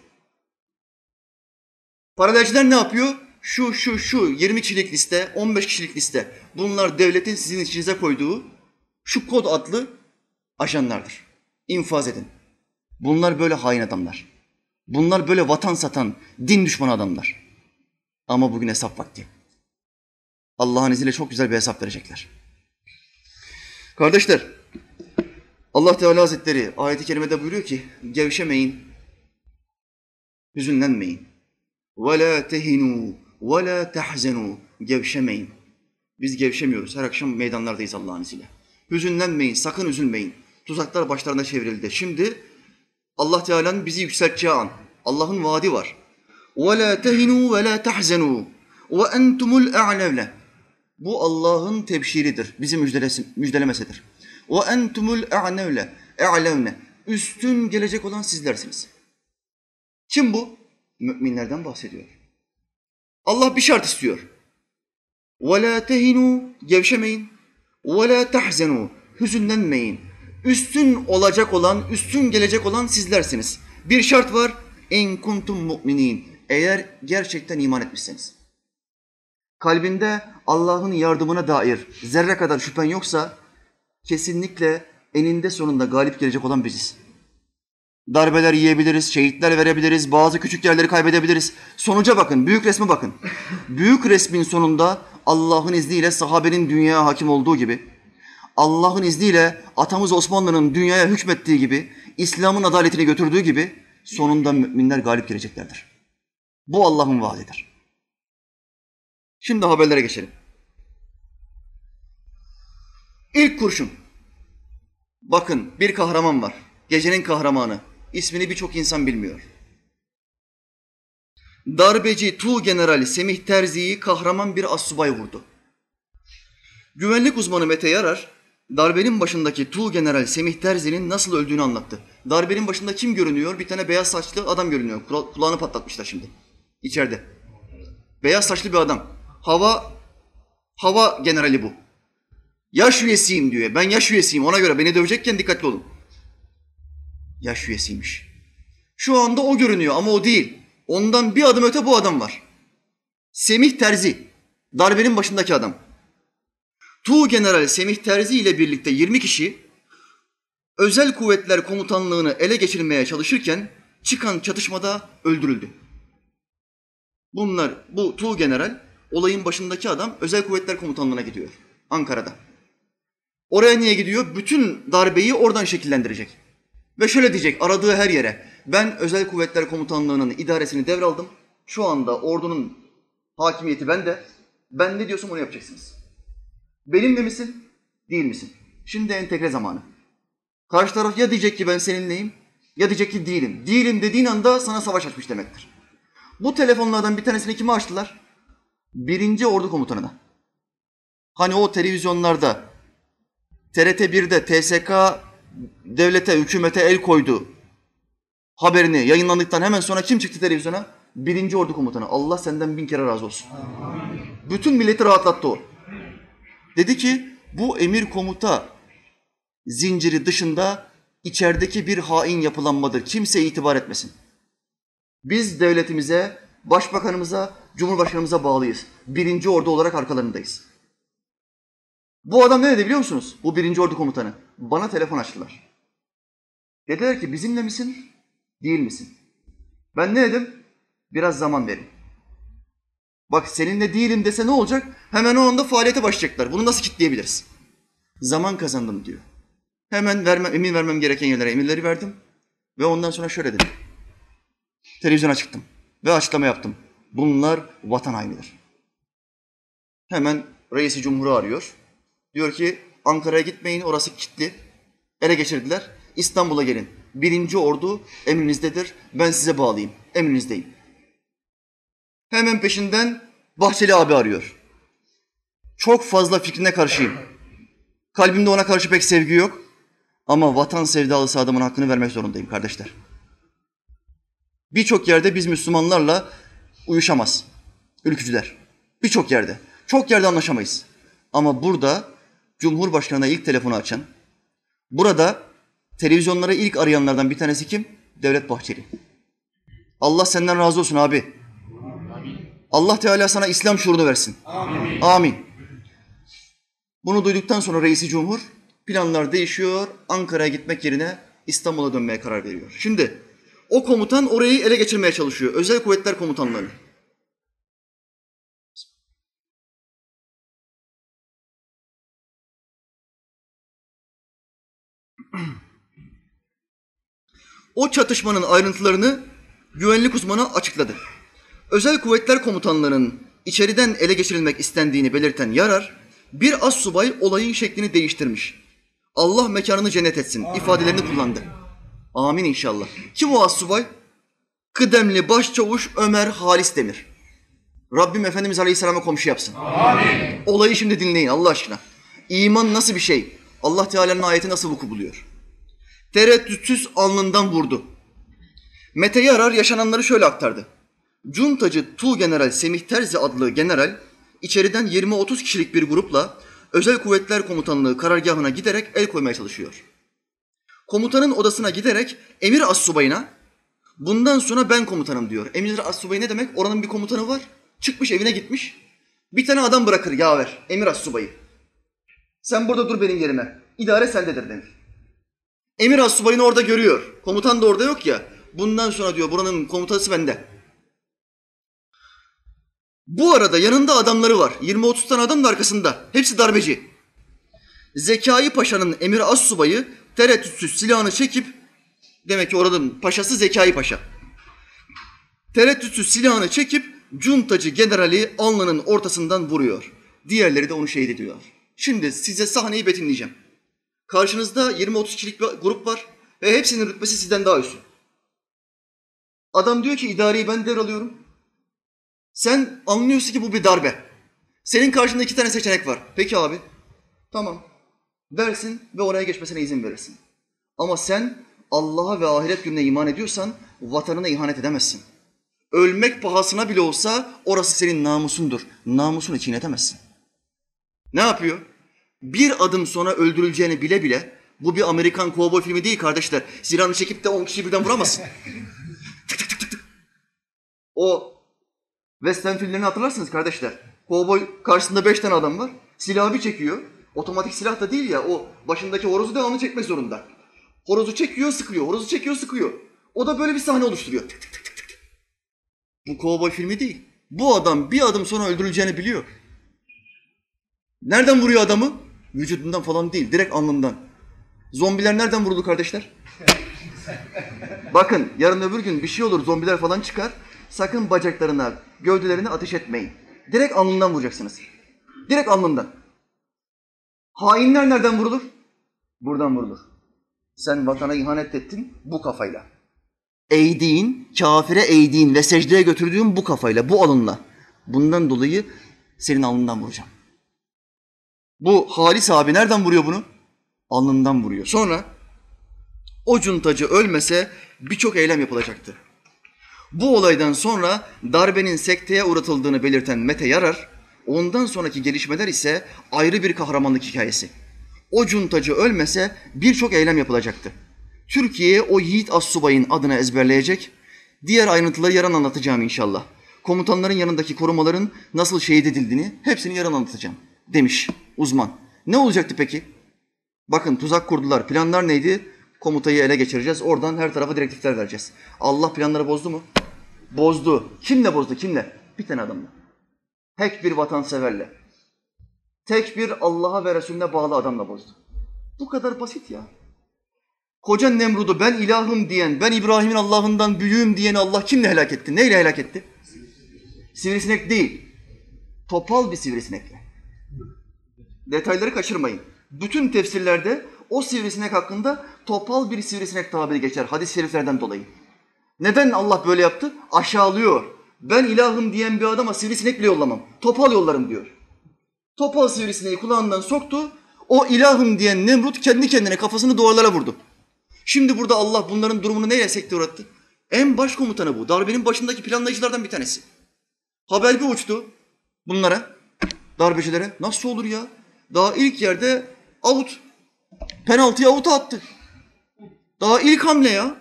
Paralelciler ne yapıyor? Şu 20 kişilik liste, 15 kişilik liste. Bunlar devletin sizin içinize koyduğu şu kod adlı ajanlardır. İnfaz edin. Bunlar böyle hain adamlar. Bunlar böyle vatan satan, din düşmanı adamlar. Ama bugün hesap vakti. Allah'ın izniyle çok güzel bir hesap verecekler. Kardeşler, Allah Teala Hazretleri ayet-i kerimede buyuruyor ki, gevşemeyin, hüzünlenmeyin. وَلَا تَهِنُوا وَلَا تَحْزَنُوا. Gevşemeyin. Biz gevşemiyoruz. Her akşam meydanlardayız Allah'ın izniyle. Hüzünlenmeyin, sakın üzülmeyin. Tuzaklar başlarına çevrildi. Şimdi Allah Teala'nın bizi yükselteceği an. Allah'ın vaadi var. وَلَا تَهِنُوا وَلَا تَحْزَنُوا وَاَنْتُمُ الْاَعْلَوْنَ. Bu Allah'ın tebşiridir, bizi müjdelemesidir. وَاَنْتُمُ الْاَعْلَوْنَ. Üstün gelecek olan sizlersiniz. Kim bu? Müminlerden bahsediyor. Allah bir şart istiyor. وَلَا تَهِنُوا. Gevşemeyin. وَلَا تَحْزَنُوا. Hüzünlenmeyin. Üstün olacak olan, üstün gelecek olan sizlersiniz. Bir şart var. اِنْ كُنْتُمْ مُؤْمِنِينَ. Eğer gerçekten iman etmişseniz. Kalbinde Allah'ın yardımına dair zerre kadar şüphen yoksa kesinlikle eninde sonunda galip gelecek olan biziz. Darbeler yiyebiliriz, şehitler verebiliriz, bazı küçük yerleri kaybedebiliriz. Sonuca bakın, büyük resme bakın. Büyük resmin sonunda Allah'ın izniyle sahabenin dünyaya hakim olduğu gibi, Allah'ın izniyle atamız Osmanlı'nın dünyaya hükmettiği gibi, İslam'ın adaletini götürdüğü gibi sonunda müminler galip geleceklerdir. Bu Allah'ın vaadidir. Şimdi haberlere geçelim. İlk kurşun. Bakın bir kahraman var. Gecenin kahramanı. İsmini birçok insan bilmiyor. Darbeci Tuğgeneral Semih Terzi'yi kahraman bir astsubay vurdu. Güvenlik uzmanı Mete Yarar, darbenin başındaki Tuğgeneral Semih Terzi'nin nasıl öldüğünü anlattı. Darbenin başında kim görünüyor? Bir tane beyaz saçlı adam görünüyor. Kulağını patlatmışlar şimdi. İçeride. Beyaz saçlı bir adam. Hava generali bu. Yaş üyesiyim diyor. Ben yaş üyesiyim. Ona göre beni dövecekken dikkatli olun. Yaş üyesiymiş. Şu anda o görünüyor ama o değil. Ondan bir adım öte bu adam var. Semih Terzi, darbenin başındaki adam. Tuğgeneral Semih Terzi ile birlikte 20 kişi Özel Kuvvetler Komutanlığı'nı ele geçirmeye çalışırken çıkan çatışmada öldürüldü. Bu Tuğgeneral, olayın başındaki adam Özel Kuvvetler Komutanlığı'na gidiyor Ankara'da. Oraya niye gidiyor? Bütün darbeyi oradan şekillendirecek. Ve şöyle diyecek aradığı her yere: ben Özel Kuvvetler Komutanlığı'nın idaresini devraldım. Şu anda ordunun hakimiyeti bende. Ben ne diyorsam onu yapacaksınız. Benimle misin? Değil misin? Şimdi entegre zamanı. Karşı taraf ya diyecek ki ben seninleyim, ya diyecek ki değilim. Değilim dediğin anda sana savaş açmış demektir. Bu telefonlardan bir tanesini kime açtılar? 1. Ordu Komutanı'na. Hani o televizyonlarda, TRT 1'de TSK devlete, hükümete el koydu haberini yayınlandıktan hemen sonra kim çıktı televizyona? 1. Ordu Komutanı. Allah senden 1000 kere razı olsun. Bütün milleti rahatlattı o. Dedi ki bu emir komuta zinciri dışında içerideki bir hain yapılanmadır. Kimse itibar etmesin. Biz devletimize, başbakanımıza, cumhurbaşkanımıza bağlıyız. 1. Ordu olarak arkalarındayız. Bu adam ne dedi biliyor musunuz? Bu 1. Ordu Komutanı. Bana telefon açtılar. Dediler ki bizimle misin, değil misin? Ben ne dedim? Biraz zaman verin. Bak seninle değilim dese ne olacak? Hemen o anda faaliyete başlayacaklar. Bunu nasıl kitleyebiliriz? Zaman kazandım diyor. Hemen emin vermem gereken yerlere emirleri verdim. Ve ondan sonra şöyle dedim. Televizyona çıktım ve açıklama yaptım. Bunlar vatan hainidir. Hemen Reis-i Cumhur'u arıyor. Diyor ki Ankara'ya gitmeyin, orası kilitli. Ele geçirdiler. İstanbul'a gelin. 1. Ordu emrinizdedir. Ben size bağlıyım. Emrinizdeyim. Hemen peşinden Bahçeli abi arıyor. Çok fazla fikrine karşıyım. Kalbimde ona karşı pek sevgi yok. Ama vatan sevdalısı adamın hakkını vermek zorundayım kardeşler. Birçok yerde biz Müslümanlarla uyuşamaz. Ülkücüler. Birçok yerde. Çok yerde anlaşamayız. Ama burada Cumhurbaşkanı'na ilk telefonu açan, burada televizyonlara ilk arayanlardan bir tanesi kim? Devlet Bahçeli. Allah senden razı olsun abi. Allah Teala sana İslam şuurunu versin. Amin. Amin. Bunu duyduktan sonra Reis-i Cumhur planlar değişiyor. Ankara'ya gitmek yerine İstanbul'a dönmeye karar veriyor. Şimdi o komutan orayı ele geçirmeye çalışıyor. Özel Kuvvetler Komutanları. O çatışmanın ayrıntılarını güvenlik uzmanı açıkladı. Özel Kuvvetler Komutanlarının içeriden ele geçirilmek istendiğini belirten Yarar, bir astsubay olayın şeklini değiştirmiş. Allah mekanını cennet etsin ifadelerini kullandı. Amin inşallah. Kim o astsubay? Kıdemli Başçavuş Ömer Halis Demir. Rabbim Efendimiz Aleyhisselam'a komşu yapsın. Amin. Olayı şimdi dinleyin Allah aşkına. İman nasıl bir şey? Allah Teala'nın ayeti nasıl vuku buluyor? Tereddütsüz alnından vurdu. Mete Yarar yaşananları şöyle aktardı. Cuntacı Tuğgeneral Semih Terzi adlı general, içeriden 20-30 kişilik bir grupla Özel Kuvvetler Komutanlığı karargahına giderek el koymaya çalışıyor. Komutanın odasına giderek emir astsubayına, bundan sonra ben komutanım diyor. Emir astsubayı ne demek? Oranın bir komutanı var, çıkmış evine gitmiş, bir tane adam bırakır yaver, emir astsubayı. Sen burada dur benim yerime, idare sendedir denir. Emir astsubayını orada görüyor, komutan da orada yok ya, bundan sonra diyor buranın komutası bende. Bu arada yanında adamları var. 20-30 tane adam da arkasında. Hepsi darbeci. Zekai Paşa'nın emir astsubayı tereddütsüz silahını çekip, demek ki oranın paşası Zekai Paşa. Tereddütsüz silahını çekip cuntacı generali alnının ortasından vuruyor. Diğerleri de onu şehit ediyor. Şimdi size sahneyi betimleyeceğim. Karşınızda 20-30 kişilik bir grup var ve hepsinin rütbesi sizden daha üstün. Adam diyor ki idareyi ben devralıyorum. Sen anlıyorsun ki bu bir darbe. Senin karşında 2 tane seçenek var. Peki abi, tamam. Dersin ve oraya geçmesine izin verirsin. Ama sen Allah'a ve ahiret gününe iman ediyorsan vatanına ihanet edemezsin. Ölmek pahasına bile olsa orası senin namusundur. Namusunu çiğnetemezsin. Ne yapıyor? Bir adım sonra öldürüleceğini bile bile, bu bir Amerikan kovboy filmi değil kardeşler. Silahını çekip de 10 kişiyi birden vuramazsın. O Western filmlerini hatırlarsınız kardeşler. Kovboy karşısında 5 tane adam var. Silahı bir çekiyor. Otomatik silah da değil ya. O başındaki horozu devamlı çekmek zorunda. Horozu çekiyor, sıkıyor. Horozu çekiyor, sıkıyor. O da böyle bir sahne oluşturuyor. Tık tık tık tık tık. Bu kovboy filmi değil. Bu adam bir adım sonra öldürüleceğini biliyor. Nereden vuruyor adamı? Vücudundan falan değil, direkt alnından. Zombiler nereden vuruldu kardeşler? Bakın yarın öbür gün bir şey olur, zombiler falan çıkar. Sakın bacaklarına, gövdelerine ateş etmeyin. Direkt alnından vuracaksınız. Direkt alnından. Hainler nereden vurulur? Buradan vurulur. Sen vatana ihanet ettin bu kafayla. Eğdiğin, kafire eğdiğin ve secdeye götürdüğün bu kafayla, bu alınla. Bundan dolayı senin alnından vuracağım. Bu Halis abi nereden vuruyor bunu? Alnından vuruyor. Sonra o cuntacı ölmese birçok eylem yapılacaktı. Bu olaydan sonra darbenin sekteye uğratıldığını belirten Mete Yarar, ondan sonraki gelişmeler ise ayrı bir kahramanlık hikayesi. O cuntacı ölmese birçok eylem yapılacaktı. Türkiye o yiğit astsubayın adını ezberleyecek, diğer ayrıntıları yarın anlatacağım inşallah. Komutanların yanındaki korumaların nasıl şehit edildiğini hepsini yarın anlatacağım demiş uzman. Ne olacaktı peki? Bakın tuzak kurdular. Planlar neydi? Komutayı ele geçireceğiz. Oradan her tarafa direktifler vereceğiz. Allah planları bozdu mu? Bozdu. Kimle bozdu? Kimle? Bir tane adamla. Tek bir vatanseverle. Tek bir Allah'a ve Resulüne bağlı adamla bozdu. Bu kadar basit ya. Koca Nemrud'u ben ilahım diyen, ben İbrahim'in Allah'ından büyüğüm diyen Allah kimle helak etti? Neyle helak etti? Sivrisinek değil. Topal bir sivrisinekle. Detayları kaçırmayın. Bütün tefsirlerde o sivrisinek hakkında topal bir sivrisinek tabiri geçer hadis-i şeriflerden dolayı. Neden Allah böyle yaptı? Aşağılıyor. Ben ilahım diyen bir adama sivrisinek bile yollamam. Topal yollarım diyor. Topal sivrisineği kulağından soktu. O ilahım diyen Nemrut kendi kendine kafasını duvarlara vurdu. Şimdi burada Allah bunların durumunu neyle sekteye uğrattı? En baş komutanı bu. Darbenin başındaki planlayıcılardan bir tanesi. Haber bir uçtu bunlara, darbecilere. Nasıl olur ya? Daha ilk yerde out. Penaltıyı out'a attı. Daha ilk hamle ya.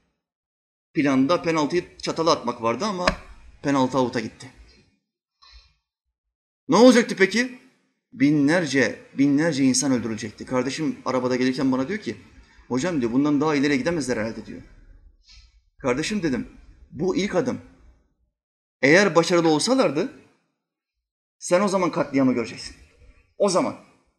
Planda penaltıyı çatala atmak vardı ama penaltı out'a gitti. Ne olacaktı peki? Binlerce insan öldürülecekti. Kardeşim arabada gelirken bana diyor ki, hocam diyor bundan daha ileriye gidemezler herhalde diyor. Kardeşim dedim, bu ilk adım. Eğer başarılı olsalardı, sen o zaman katliamı göreceksin. O zaman.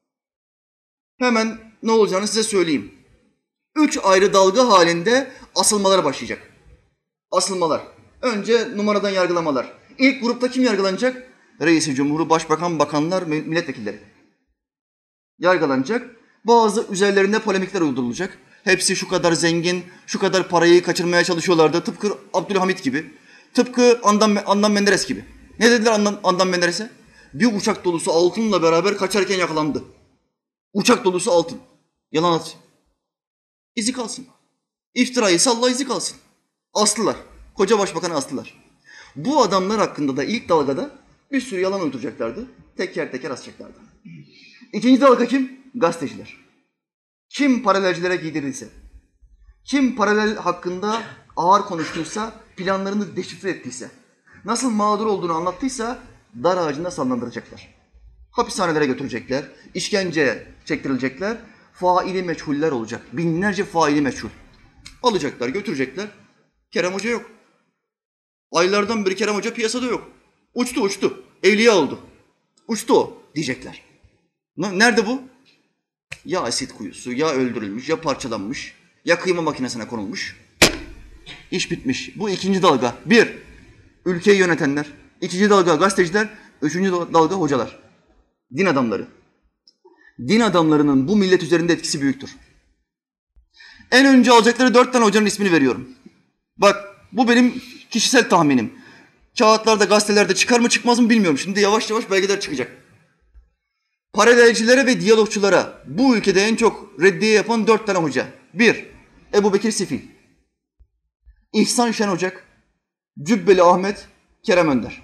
Hemen ne olacağını size söyleyeyim. 3 ayrı dalga halinde asılmalar başlayacak. Asılmalar. Önce numaradan yargılamalar. İlk grupta kim yargılanacak? Reis-i Cumhur, Başbakan, bakanlar, milletvekilleri. Yargılanacak. Bazı üzerlerinde polemikler uydurulacak. Hepsi şu kadar zengin, şu kadar parayı kaçırmaya çalışıyorlardı. Tıpkı Abdülhamit gibi. Tıpkı Adnan Menderes gibi. Ne dediler Adnan Menderes'e? Bir uçak dolusu altınla beraber kaçarken yakalandı. Uçak dolusu altın. Yalan at. İzi kalsın. İftirayı salla, izi kalsın. Aslılar. Koca başbakanı astılar. Bu adamlar hakkında da ilk dalgada bir sürü yalan uyduracaklardı. Teker teker asacaklardı. İkinci dalga kim? Gazeteciler. Kim paralelcilere giydirdiyse, kim paralel hakkında ağır konuştuysa, planlarını deşifre ettiyse, nasıl mağdur olduğunu anlattıysa dar ağacında sallandıracaklar. Hapishanelere götürecekler, işkence çektirilecekler, faili meçhuller olacak. Binlerce faili meçhul. Alacaklar, götürecekler. Kerem Hoca yok. Aylardan beri Kerem Hoca piyasada yok. Uçtu. Evliya oldu. Uçtu o diyecekler. Nerede bu? Ya asit kuyusu, ya öldürülmüş, ya parçalanmış, ya kıyma makinesine konulmuş. İş bitmiş. Bu ikinci dalga. Bir, ülkeyi yönetenler. İkinci dalga gazeteciler. Üçüncü dalga hocalar. Din adamları. Din adamlarının bu millet üzerinde etkisi büyüktür. En önce alacakları 4 tane hocanın ismini veriyorum. Bak bu benim kişisel tahminim. Kağıtlarda, gazetelerde çıkar mı çıkmaz mı bilmiyorum. Şimdi yavaş yavaş belgeler çıkacak. Paralelcilere ve diyalogçulara bu ülkede en çok reddiye yapan 4 tane hoca. 1. Ebubekir Sifil. İhsan Şen Ocak. Cübbeli Ahmet. Kerem Önder.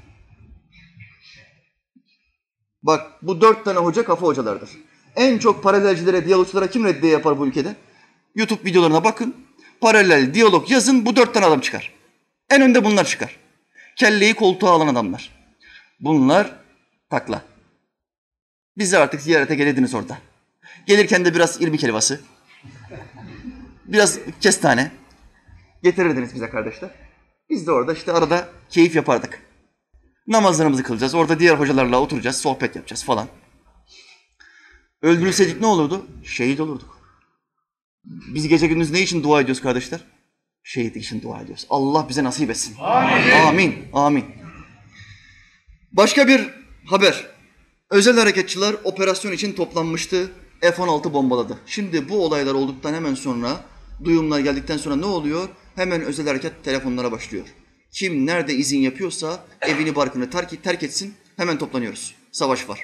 Bak bu 4 tane hoca kafa hocalardır. En çok paralelcilere, diyalogçulara kim reddiye yapar bu ülkede? YouTube videolarına bakın. Paralel, diyalog yazın bu 4 tane adam çıkar. En önde bunlar çıkar. Kelleyi koltuğa alan adamlar. Bunlar takla. Bizi artık ziyarete gelirdiniz orada. Gelirken de biraz irmik helvası, biraz kestane getirirdiniz bize kardeşler. Biz de orada işte arada keyif yapardık. Namazlarımızı kılacağız. Orada diğer hocalarla oturacağız, sohbet yapacağız falan. Öldürülseydik ne olurdu? Şehit olurduk. Biz gece gündüz ne için dua ediyoruz kardeşler? Şehitlik için dua ediyoruz. Allah bize nasip etsin. Amin. Amin. Amin. Başka bir haber. Özel harekatçılar operasyon için toplanmıştı. F-16 bombaladı. Şimdi bu olaylar olduktan hemen sonra, duyumlar geldikten sonra ne oluyor? Hemen özel harekat telefonlara başlıyor. Kim nerede izin yapıyorsa evini barkını terk etsin, hemen toplanıyoruz. Savaş var.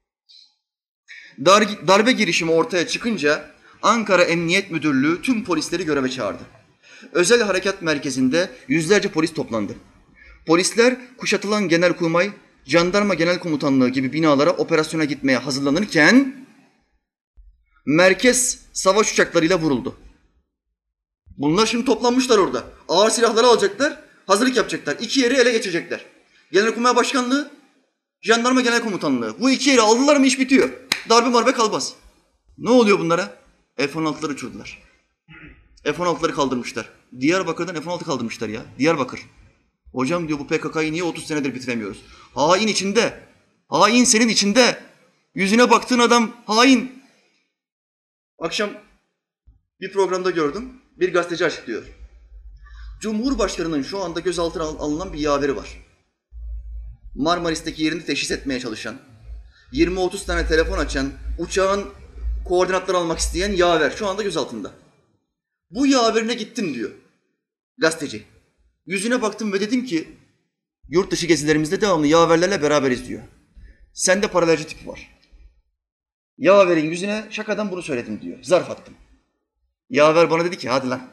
Darbe girişimi ortaya çıkınca Ankara Emniyet Müdürlüğü tüm polisleri göreve çağırdı. Özel harekat merkezinde yüzlerce polis toplandı. Polisler kuşatılan Genelkurmay, Jandarma Genel Komutanlığı gibi binalara operasyona gitmeye hazırlanırken merkez savaş uçaklarıyla vuruldu. Bunlar şimdi toplanmışlar orada. Ağır silahları alacaklar, hazırlık yapacaklar. 2 yeri ele geçirecekler. Genelkurmay Başkanlığı, Jandarma Genel Komutanlığı. Bu 2 yeri aldılar mı iş bitiyor. Darbe marbe kalmaz. Ne oluyor bunlara? F-16'ları uçurdular. F-16'ları kaldırmışlar. Diyarbakır'dan F-16 kaldırmışlar ya. Diyarbakır. Hocam diyor bu PKK'yı niye 30 senedir bitiremiyoruz? Hain içinde. Hain senin içinde. Yüzüne baktığın adam hain. Akşam bir programda gördüm. Bir gazeteci açıklıyor. Cumhurbaşkanının şu anda gözaltına alınan bir yaveri var. Marmaris'teki yerini teşhis etmeye çalışan, 20-30 tane telefon açan, uçağın koordinatları almak isteyen yaver şu anda gözaltında. Bu yaverine gittim diyor gazeteci. Yüzüne baktım ve dedim ki yurt dışı gezilerimizde devamlı yaverlerle beraberiz diyor. Sende paralelci tipi var. Yaverin yüzüne şakadan bunu söyledim diyor. Zarf attım. Yaver bana dedi ki hadi lan.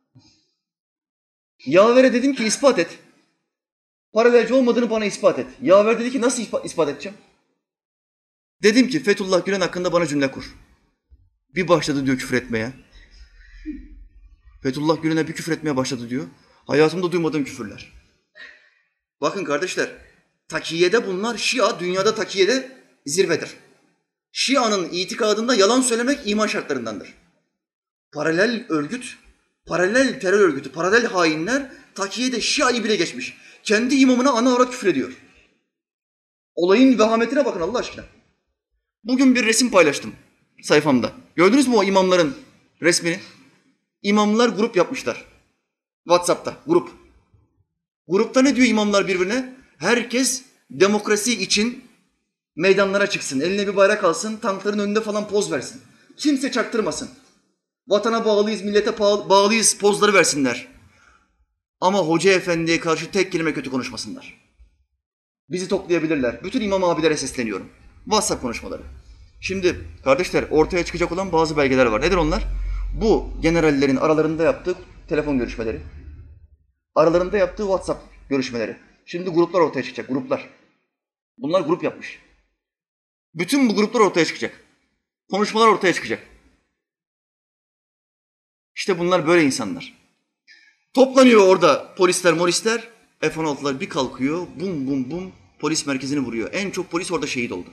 Yavere dedim ki ispat et. Paralelci olmadığını bana ispat et. Yaver dedi ki nasıl ispat edeceğim? Dedim ki Fethullah Gülen hakkında bana cümle kur. Bir başladı diyor küfür etmeye. Fethullah Gülen'e bir küfür etmeye başladı diyor. Hayatımda duymadığım küfürler. Bakın kardeşler, takiyede bunlar, Şia dünyada takiyede zirvedir. Şia'nın itikadında yalan söylemek iman şartlarındandır. Paralel örgüt, paralel terör örgütü, paralel hainler takiyede Şia'yı bile geçmiş. Kendi imamına ana avrat küfür ediyor. Olayın vehametine bakın Allah aşkına. Bugün bir resim paylaştım sayfamda. Gördünüz mü o imamların resmini? İmamlar grup yapmışlar. WhatsApp'ta grup. Grupta ne diyor imamlar birbirine? Herkes demokrasi için meydanlara çıksın. Eline bir bayrak alsın, tankların önünde falan poz versin. Kimse çaktırmasın. Vatana bağlıyız, millete bağlıyız pozları versinler. Ama hoca efendiye karşı tek kelime kötü konuşmasınlar. Bizi toplayabilirler. Bütün imam abilere sesleniyorum. WhatsApp konuşmaları. Şimdi kardeşler ortaya çıkacak olan bazı belgeler var. Nedir onlar? Bu generallerin aralarında yaptığı telefon görüşmeleri. Aralarında yaptığı WhatsApp görüşmeleri. Şimdi gruplar ortaya çıkacak, gruplar. Bunlar grup yapmış. Bütün bu gruplar ortaya çıkacak. Konuşmalar ortaya çıkacak. İşte bunlar böyle insanlar. Toplanıyor orada polisler, F-16'lar bir kalkıyor, bum bum bum polis merkezini vuruyor. En çok polis orada şehit oldu.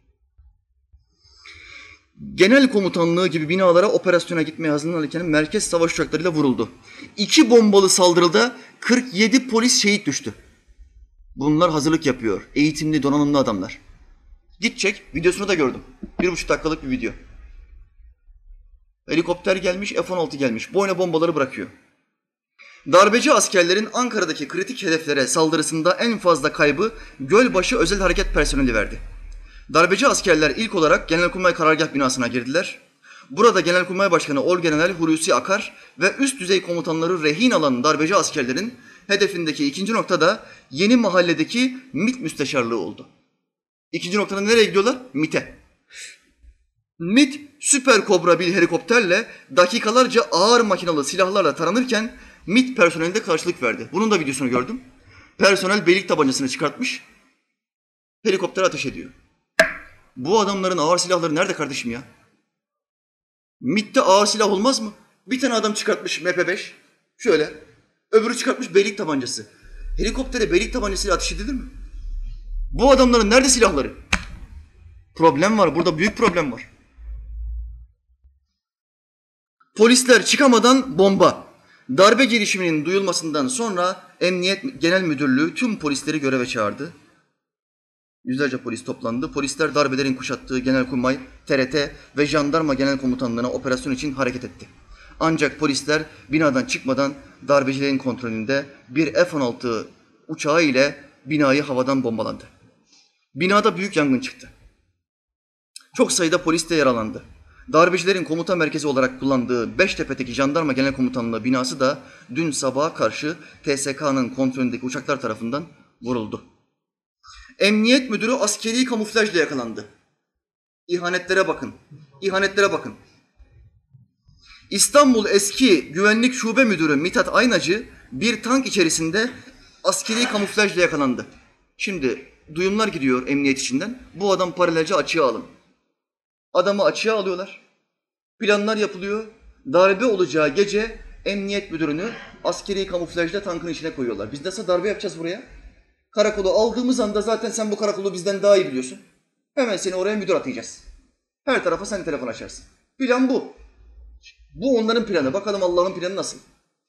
Genel komutanlığı gibi binalara operasyona gitmeye hazırlanırken merkez savaş uçaklarıyla vuruldu. 2 bombalı saldırıda 47 polis şehit düştü. Bunlar hazırlık yapıyor. Eğitimli, donanımlı adamlar. Gidecek, videosunu da gördüm. 1,5 dakikalık bir video. Helikopter gelmiş, F-16 gelmiş. Boyuna bombaları bırakıyor. Darbeci askerlerin Ankara'daki kritik hedeflere saldırısında en fazla kaybı Gölbaşı Özel Harekat personeli verdi. Darbeci askerler ilk olarak Genelkurmay Karargah binasına girdiler. Burada Genelkurmay Başkanı Orgeneral Hulusi Akar ve üst düzey komutanları rehin alan darbeci askerlerin hedefindeki ikinci noktada Yeni Mahalle'deki MİT müsteşarlığı oldu. İkinci noktada nereye gidiyorlar? MİT'e. MİT Süper Kobra bir helikopterle dakikalarca ağır makinalı silahlarla taranırken MİT personeli de karşılık verdi. Bunun da videosunu gördüm. Personel beylik tabancasını çıkartmış, helikopter ateş ediyor. Bu adamların ağır silahları nerede kardeşim ya? MİT'te ağır silah olmaz mı? Bir tane adam çıkartmış MP5, şöyle. Öbürü çıkartmış beylik tabancası. Helikoptere beylik tabancasıyla ateş edilir mi? Bu adamların nerede silahları? Problem var. Burada büyük problem var. Polisler çıkamadan bomba. Darbe girişiminin duyulmasından sonra Emniyet Genel Müdürlüğü tüm polisleri göreve çağırdı. Yüzlerce polis toplandı. Polisler darbelerin kuşattığı Genelkurmay, TRT ve Jandarma Genel Komutanlığı'na operasyon için hareket etti. Ancak polisler binadan çıkmadan darbecilerin kontrolünde bir F-16 uçağı ile binayı havadan bombaladı. Binada büyük yangın çıktı. Çok sayıda polis de yaralandı. Darbecilerin komuta merkezi olarak kullandığı Beştepe'deki Jandarma Genel Komutanlığı binası da dün sabaha karşı TSK'nın kontrolündeki uçaklar tarafından vuruldu. Emniyet müdürü askeri kamuflajla yakalandı. İhanetlere bakın, ihanetlere bakın. İstanbul Eski Güvenlik Şube Müdürü Mithat Aynacı bir tank içerisinde askeri kamuflajla yakalandı. Şimdi duyumlar gidiyor emniyet içinden. Bu adam paralelce açığa alın. Adamı açığa alıyorlar. Planlar yapılıyor. Darbe olacağı gece emniyet müdürünü askeri kamuflajla tankın içine koyuyorlar. Biz nasıl darbe yapacağız buraya? Karakolu aldığımız anda zaten sen bu karakolu bizden daha iyi biliyorsun. Hemen seni oraya müdür atayacağız. Her tarafa sen telefon açarsın. Plan bu. Bu onların planı. Bakalım Allah'ın planı nasıl?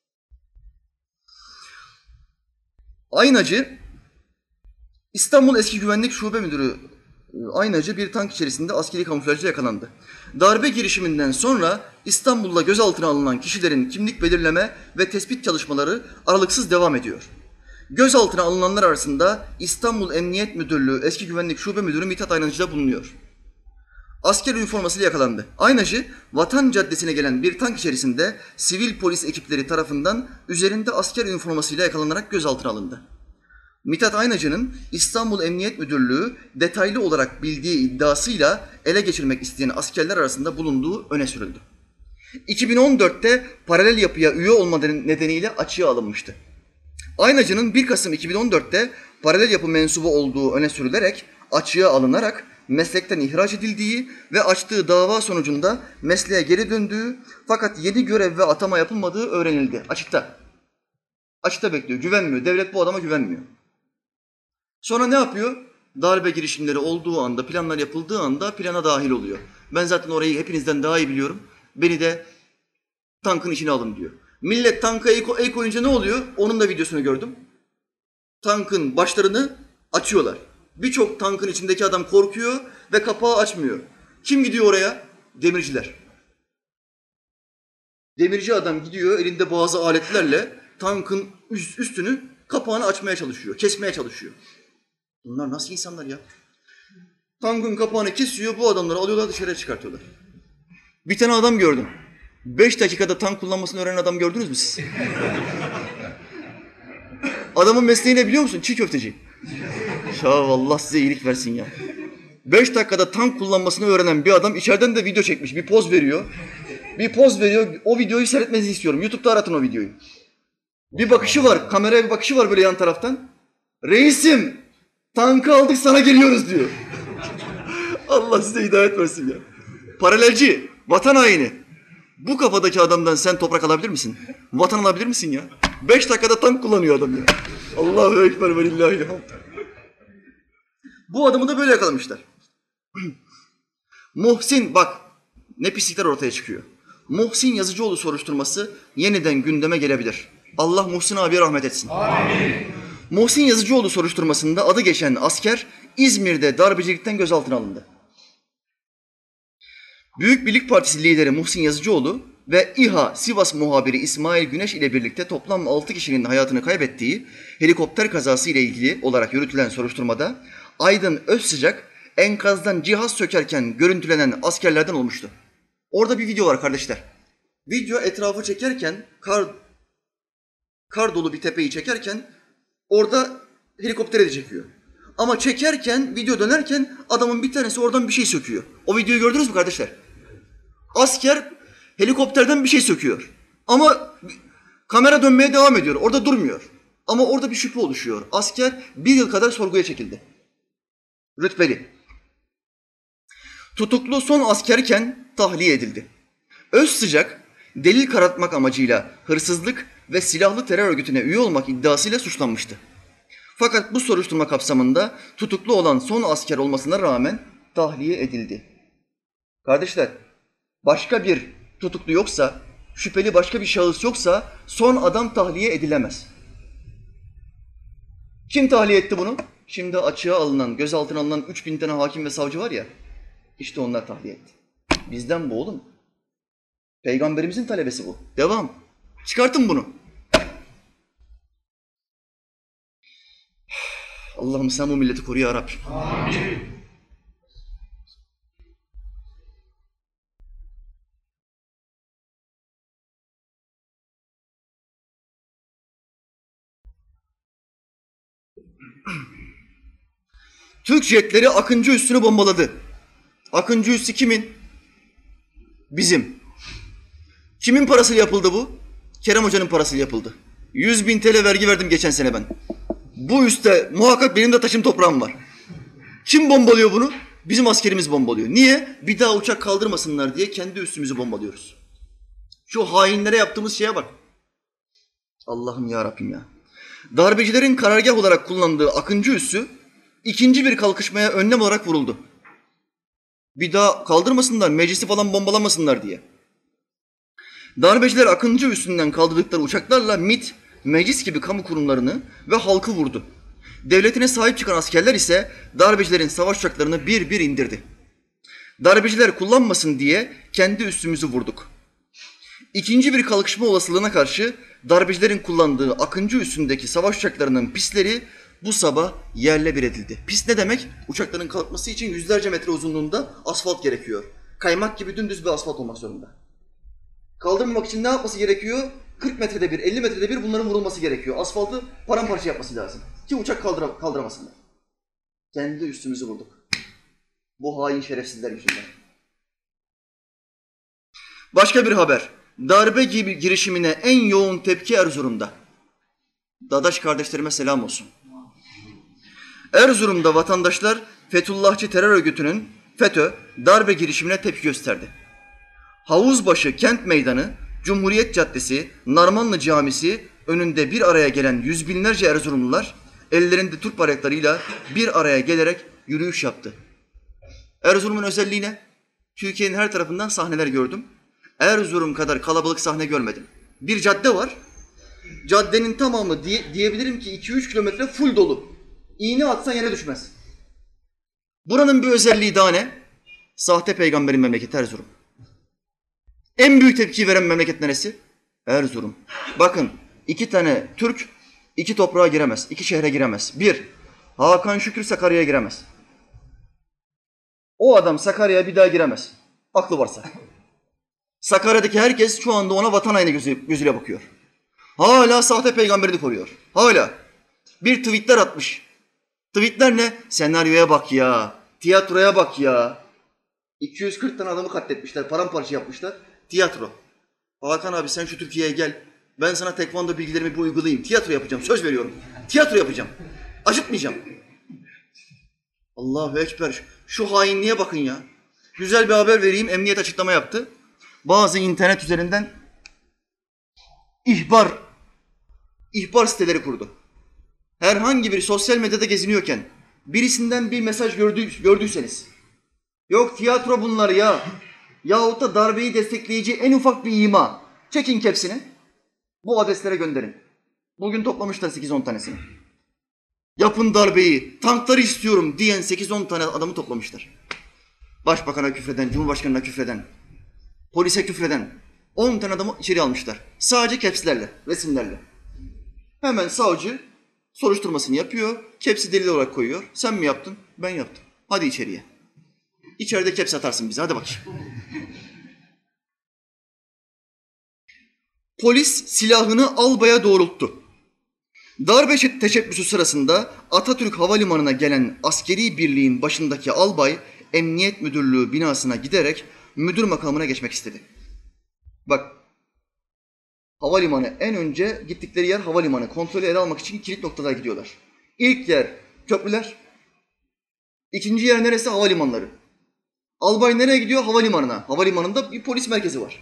Aynacı, İstanbul Eski Güvenlik Şube Müdürü Aynacı bir tank içerisinde askeri kamuflajla yakalandı. Darbe girişiminden sonra İstanbul'da gözaltına alınan kişilerin kimlik belirleme ve tespit çalışmaları aralıksız devam ediyor. Gözaltına alınanlar arasında İstanbul Emniyet Müdürlüğü Eski Güvenlik Şube Müdürü Mithat Aynacı da bulunuyor. Asker üniformasıyla yakalandı. Aynacı, Vatan Caddesi'ne gelen bir tank içerisinde sivil polis ekipleri tarafından üzerinde asker üniformasıyla yakalanarak gözaltına alındı. Mithat Aynacı'nın İstanbul Emniyet Müdürlüğü detaylı olarak bildiği iddiasıyla ele geçirmek isteyen askerler arasında bulunduğu öne sürüldü. 2014'te paralel yapıya üye olma nedeniyle açığa alınmıştı. Aynacı'nın 1 Kasım 2014'te paralel yapı mensubu olduğu öne sürülerek açığa alınarak meslekten ihraç edildiği ve açtığı dava sonucunda mesleğe geri döndüğü fakat yeni görev ve atama yapılmadığı öğrenildi. Açıkta. Açıkta bekliyor. Güvenmiyor. Devlet bu adama güvenmiyor. Sonra ne yapıyor? Darbe girişimleri olduğu anda, planlar yapıldığı anda plana dahil oluyor. Ben zaten orayı hepinizden daha iyi biliyorum. Beni de tankın içine alın diyor. Millet tanka el koyunca ne oluyor? Onun da videosunu gördüm. Tankın başlarını açıyorlar. Birçok tankın içindeki adam korkuyor ve kapağı açmıyor. Kim gidiyor oraya? Demirciler. Demirci adam gidiyor elinde bazı aletlerle tankın üstünü, kapağını açmaya çalışıyor, kesmeye çalışıyor. Bunlar nasıl insanlar ya? Tankın kapağını kesiyor, bu adamları alıyorlar dışarıya çıkartıyorlar. Bir tane adam gördüm. 5 dakikada tank kullanmasını öğrenen adam gördünüz mü siz? Adamın mesleği ne biliyor musun? Çiğ köfteci. Ya Allah size iyilik versin ya. 5 dakikada tank kullanmasını öğrenen bir adam içeriden de video çekmiş. Bir poz veriyor. O videoyu seyretmenizi istiyorum. YouTube'da aratın o videoyu. Bir bakışı var. Kameraya bir bakışı var böyle yan taraftan. Reisim, tankı aldık sana geliyoruz diyor. Allah size hidayet versin ya. Paralelci, vatan haini. Bu kafadaki adamdan sen toprak alabilir misin? Vatan alabilir misin ya? 5 dakikada tank kullanıyor adam ya. Allahu Ekber ve lillahilhamd. Bu adamı da böyle yakalamışlar. Muhsin, bak ne pislikler ortaya çıkıyor. Muhsin Yazıcıoğlu soruşturması yeniden gündeme gelebilir. Allah Muhsin abiye rahmet etsin. Amin. Muhsin Yazıcıoğlu soruşturmasında adı geçen asker İzmir'de darbecilikten gözaltına alındı. Büyük Birlik Partisi lideri Muhsin Yazıcıoğlu ve İHA Sivas muhabiri İsmail Güneş ile birlikte toplam 6 kişinin hayatını kaybettiği helikopter kazası ile ilgili olarak yürütülen soruşturmada Aydın Özsıcak enkazdan cihaz sökerken görüntülenen askerlerden olmuştu. Orada bir video var kardeşler. Video etrafı çekerken, kar dolu bir tepeyi çekerken orada helikoptere de çekiyor. Ama çekerken, video dönerken adamın bir tanesi oradan bir şey söküyor. O videoyu gördünüz mü kardeşler? Asker helikopterden bir şey söküyor. Ama kamera dönmeye devam ediyor. Orada durmuyor. Ama orada bir şüphe oluşuyor. Asker 1 yıl kadar sorguya çekildi. Rütbeli. Tutuklu son askerken tahliye edildi. Özsıcak, delil karartmak amacıyla hırsızlık ve silahlı terör örgütüne üye olmak iddiasıyla suçlanmıştı. Fakat bu soruşturma kapsamında tutuklu olan son asker olmasına rağmen tahliye edildi. Kardeşler, başka bir tutuklu yoksa, şüpheli başka bir şahıs yoksa son adam tahliye edilemez. Kim tahliye etti bunu? Şimdi açığa alınan, gözaltına alınan 3000 tane hakim ve savcı var ya, işte onlar tahliye etti. Bizden bu oğlum. Peygamberimizin talebesi bu. Devam. Çıkartın bunu. Allah'ım sen bu milleti koru ya Rabbi. Amin. Türk jetleri Akıncı Üssü'nü bombaladı. Akıncı Üssü kimin? Bizim. Kimin parasıyla yapıldı bu? Kerem Hoca'nın parasıyla yapıldı. 100.000 TL vergi verdim geçen sene ben. Bu üste muhakkak benim de taşım toprağım var. Kim bombalıyor bunu? Bizim askerimiz bombalıyor. Niye? Bir daha uçak kaldırmasınlar diye kendi üstümüzü bombalıyoruz. Şu hainlere yaptığımız şeye bak. Allah'ım ya Rabbim ya. Darbecilerin karargah olarak kullandığı Akıncı Üssü ikinci bir kalkışmaya önlem olarak vuruldu. Bir daha kaldırmasınlar, meclisi falan bombalamasınlar diye. Darbeciler Akıncı Üssü'nden kaldırdıkları uçaklarla MİT, meclis gibi kamu kurumlarını ve halkı vurdu. Devletine sahip çıkan askerler ise darbecilerin savaş uçaklarını bir bir indirdi. Darbeciler kullanmasın diye kendi üssümüzü vurduk. İkinci bir kalkışma olasılığına karşı darbecilerin kullandığı Akıncı Üssü'ndeki savaş uçaklarının pistleri bu sabah yerle bir edildi. Pist ne demek? Uçakların kalkması için yüzlerce metre uzunluğunda asfalt gerekiyor. Kaymak gibi dümdüz bir asfalt olmak zorunda. Kaldırmamak için ne yapması gerekiyor? 40 metrede bir, 50 metrede bir bunların vurulması gerekiyor. Asfaltı paramparça yapması lazım. Ki uçak kaldıramasınlar. Kendi üstümüzü vurduk. Bu hain şerefsizler yüzünden. Başka bir haber. Darbe gibi girişimine en yoğun tepki Erzurum'da. Dadaş kardeşlerime selam olsun. Erzurum'da vatandaşlar Fethullahçı terör örgütünün FETÖ darbe girişimine tepki gösterdi. Havuzbaşı Kent Meydanı, Cumhuriyet Caddesi, Narmanlı Camisi önünde bir araya gelen yüz binlerce Erzurumlular ellerinde Türk bayraklarıyla bir araya gelerek yürüyüş yaptı. Erzurum'un özelliği ne? Türkiye'nin her tarafından sahneler gördüm. Erzurum kadar kalabalık sahne görmedim. Bir cadde var. Caddenin tamamı diyebilirim ki 2-3 kilometre full dolu. İğne atsan yere düşmez. Buranın bir özelliği daha ne? Sahte peygamberin memleketi Erzurum. En büyük tepki veren memleket neresi? Erzurum. Bakın 2 tane Türk 2 toprağa giremez, 2 şehre giremez. 1. Hakan Şükür Sakarya'ya giremez. O adam Sakarya'ya bir daha giremez. Aklı varsa. Sakarya'daki herkes şu anda ona vatan haini gözüyle bakıyor. Hala sahte peygamberini koruyor. Hala. Bir tweetler atmış. Tweetler ne? Senaryoya bak ya. Tiyatroya bak ya. 240 tane adamı katletmişler, paramparça yapmışlar. Tiyatro. Hakan abi sen şu Türkiye'ye gel. Ben sana tekvando bilgilerimi bir uygulayayım. Tiyatro yapacağım, söz veriyorum. Tiyatro yapacağım. Acıtmayacağım. Allahu Ekber. Şu hainliğe bakın ya. Güzel bir haber vereyim. Emniyet açıklama yaptı. Bazı internet üzerinden ihbar siteleri kurdu. Herhangi bir sosyal medyada geziniyorken birisinden bir mesaj gördüyseniz, yok tiyatro bunlar ya, yahut da darbeyi destekleyici en ufak bir ima, çekin hepsini, bu adreslere gönderin. Bugün toplamışlar 8-10 tanesini. Yapın darbeyi, tankları istiyorum diyen 8-10 tane adamı toplamışlar. Başbakana küfreden, Cumhurbaşkanına küfreden, polise küfreden 10 tane adamı içeri almışlar. Sadece caps'lerle, resimlerle. Hemen savcı soruşturmasını yapıyor, caps'i delil olarak koyuyor. Sen mi yaptın? Ben yaptım. Hadi içeriye. İçeride caps atarsın bize, hadi bak. Polis silahını albaya doğrulttu. Darbe teşebbüsü sırasında Atatürk Havalimanı'na gelen askeri birliğin başındaki albay Emniyet Müdürlüğü binasına giderek müdür makamına geçmek istedi. Bak, havalimanı en önce gittikleri yer havalimanı. Kontrolü ele almak için kilit noktalara gidiyorlar. İlk yer köprüler. İkinci yer neresi? Havalimanları. Albay nereye gidiyor? Havalimanına. Havalimanında bir polis merkezi var.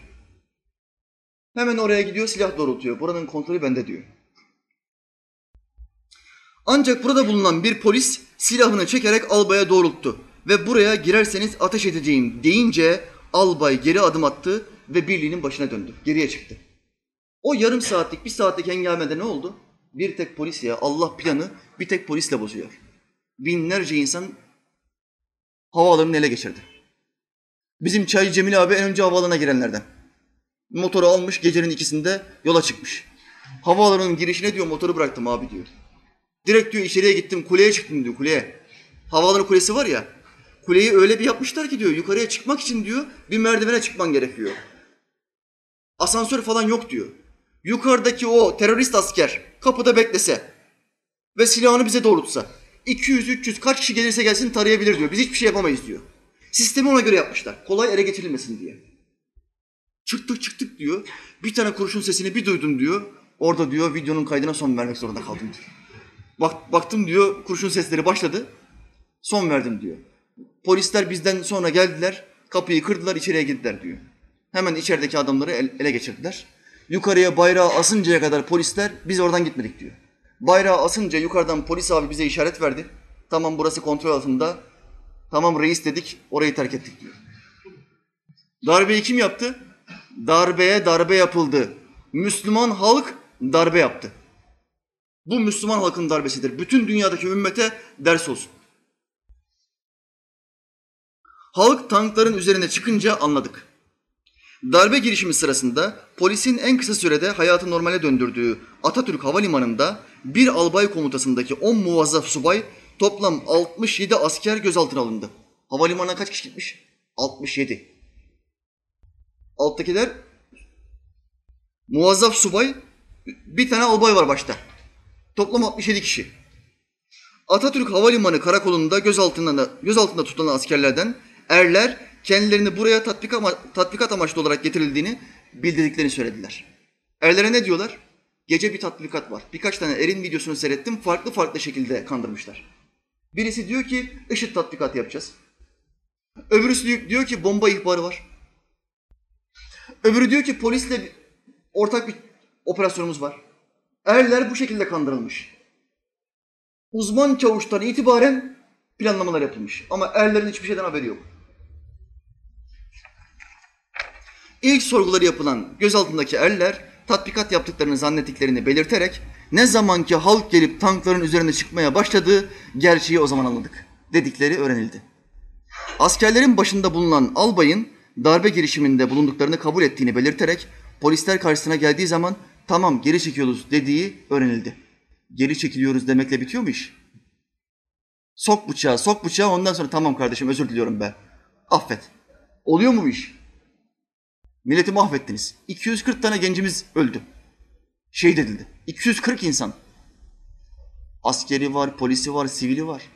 Hemen oraya gidiyor, silah doğrultuyor. Buranın kontrolü bende diyor. Ancak burada bulunan bir polis silahını çekerek albaya doğrulttu ve buraya girerseniz ateş edeceğim deyince albay geri adım attı ve birliğinin başına döndü. Geriye çıktı. O yarım saatlik, bir saatlik hengamede ne oldu? Bir tek polis ya, Allah planı bir tek polisle bozuyor. Binlerce insan havaalanını ele geçirdi. Bizim Çaycı Cemil abi en önce havaalanına girenlerden. Motoru almış, gecenin 2'sinde yola çıkmış. Havaalanının girişine diyor motoru bıraktım abi diyor. Direkt diyor içeriye gittim, kuleye çıktım diyor, kuleye. Havaalanı kulesi var ya, kuleyi öyle bir yapmışlar ki diyor, yukarıya çıkmak için diyor bir merdivene çıkman gerekiyor. Asansör falan yok diyor. Yukarıdaki o terörist asker kapıda beklese ve silahını bize doğrultsa 200-300 kaç kişi gelirse gelsin tarayabilir diyor. Biz hiçbir şey yapamayız diyor. Sistemi ona göre yapmışlar. Kolay ele geçirilmesin diye. Çıktık diyor. Bir tane kurşun sesini bir duydum diyor. Orada diyor videonun kaydına son vermek zorunda kaldım diyor. Baktım diyor kurşun sesleri başladı. Son verdim diyor. Polisler bizden sonra geldiler. Kapıyı kırdılar, içeriye girdiler diyor. Hemen içerideki adamları ele geçirdiler. Yukarıya bayrağı asıncaya kadar polisler biz oradan gitmedik diyor. Bayrağı asınca yukarıdan polis abi bize işaret verdi. Tamam burası kontrol altında. Tamam reis dedik, orayı terk ettik diyor. Darbeyi kim yaptı? Darbeye darbe yapıldı. Müslüman halk darbe yaptı. Bu Müslüman halkın darbesidir. Bütün dünyadaki ümmete ders olsun. Halk tankların üzerine çıkınca anladık. Darbe girişimi sırasında polisin en kısa sürede hayatı normale döndürdüğü Atatürk Havalimanı'nda bir albay komutasındaki 10 muvazzaf subay toplam 67 asker gözaltına alındı. Havalimanına kaç kişi gitmiş? 67. Alttakiler muvazzaf subay, bir tane albay var başta. Toplam 67 kişi. Atatürk Havalimanı karakolunda gözaltında tutulan askerlerden erler kendilerini buraya tatbikat amaçlı olarak getirildiğini bildirdiklerini söylediler. Erlere ne diyorlar? Gece bir tatbikat var. Birkaç tane erin videosunu seyrettim. Farklı şekilde kandırmışlar. Birisi diyor ki IŞİD tatbikatı yapacağız. Öbürüsü diyor ki bomba ihbarı var. Öbürü diyor ki polisle ortak bir operasyonumuz var. Erler bu şekilde kandırılmış. Uzman çavuştan itibaren planlamalar yapılmış. Ama erlerin hiçbir şeyden haberi yok. İlk sorguları yapılan gözaltındaki erler tatbikat yaptıklarını zannettiklerini belirterek ne zamanki halk gelip tankların üzerine çıkmaya başladı, gerçeği o zaman anladık dedikleri öğrenildi. Askerlerin başında bulunan albayın darbe girişiminde bulunduklarını kabul ettiğini belirterek polisler karşısına geldiği zaman tamam geri çekiliyoruz dediği öğrenildi. Geri çekiliyoruz demekle bitiyor mu iş? Sok bıçağı ondan sonra tamam kardeşim özür diliyorum be. Affet. Oluyor mu bu iş? Milleti mahvettiniz. 240 tane gencimiz öldü. Şehit edildi. 240 insan. Askeri var, polisi var, sivili var.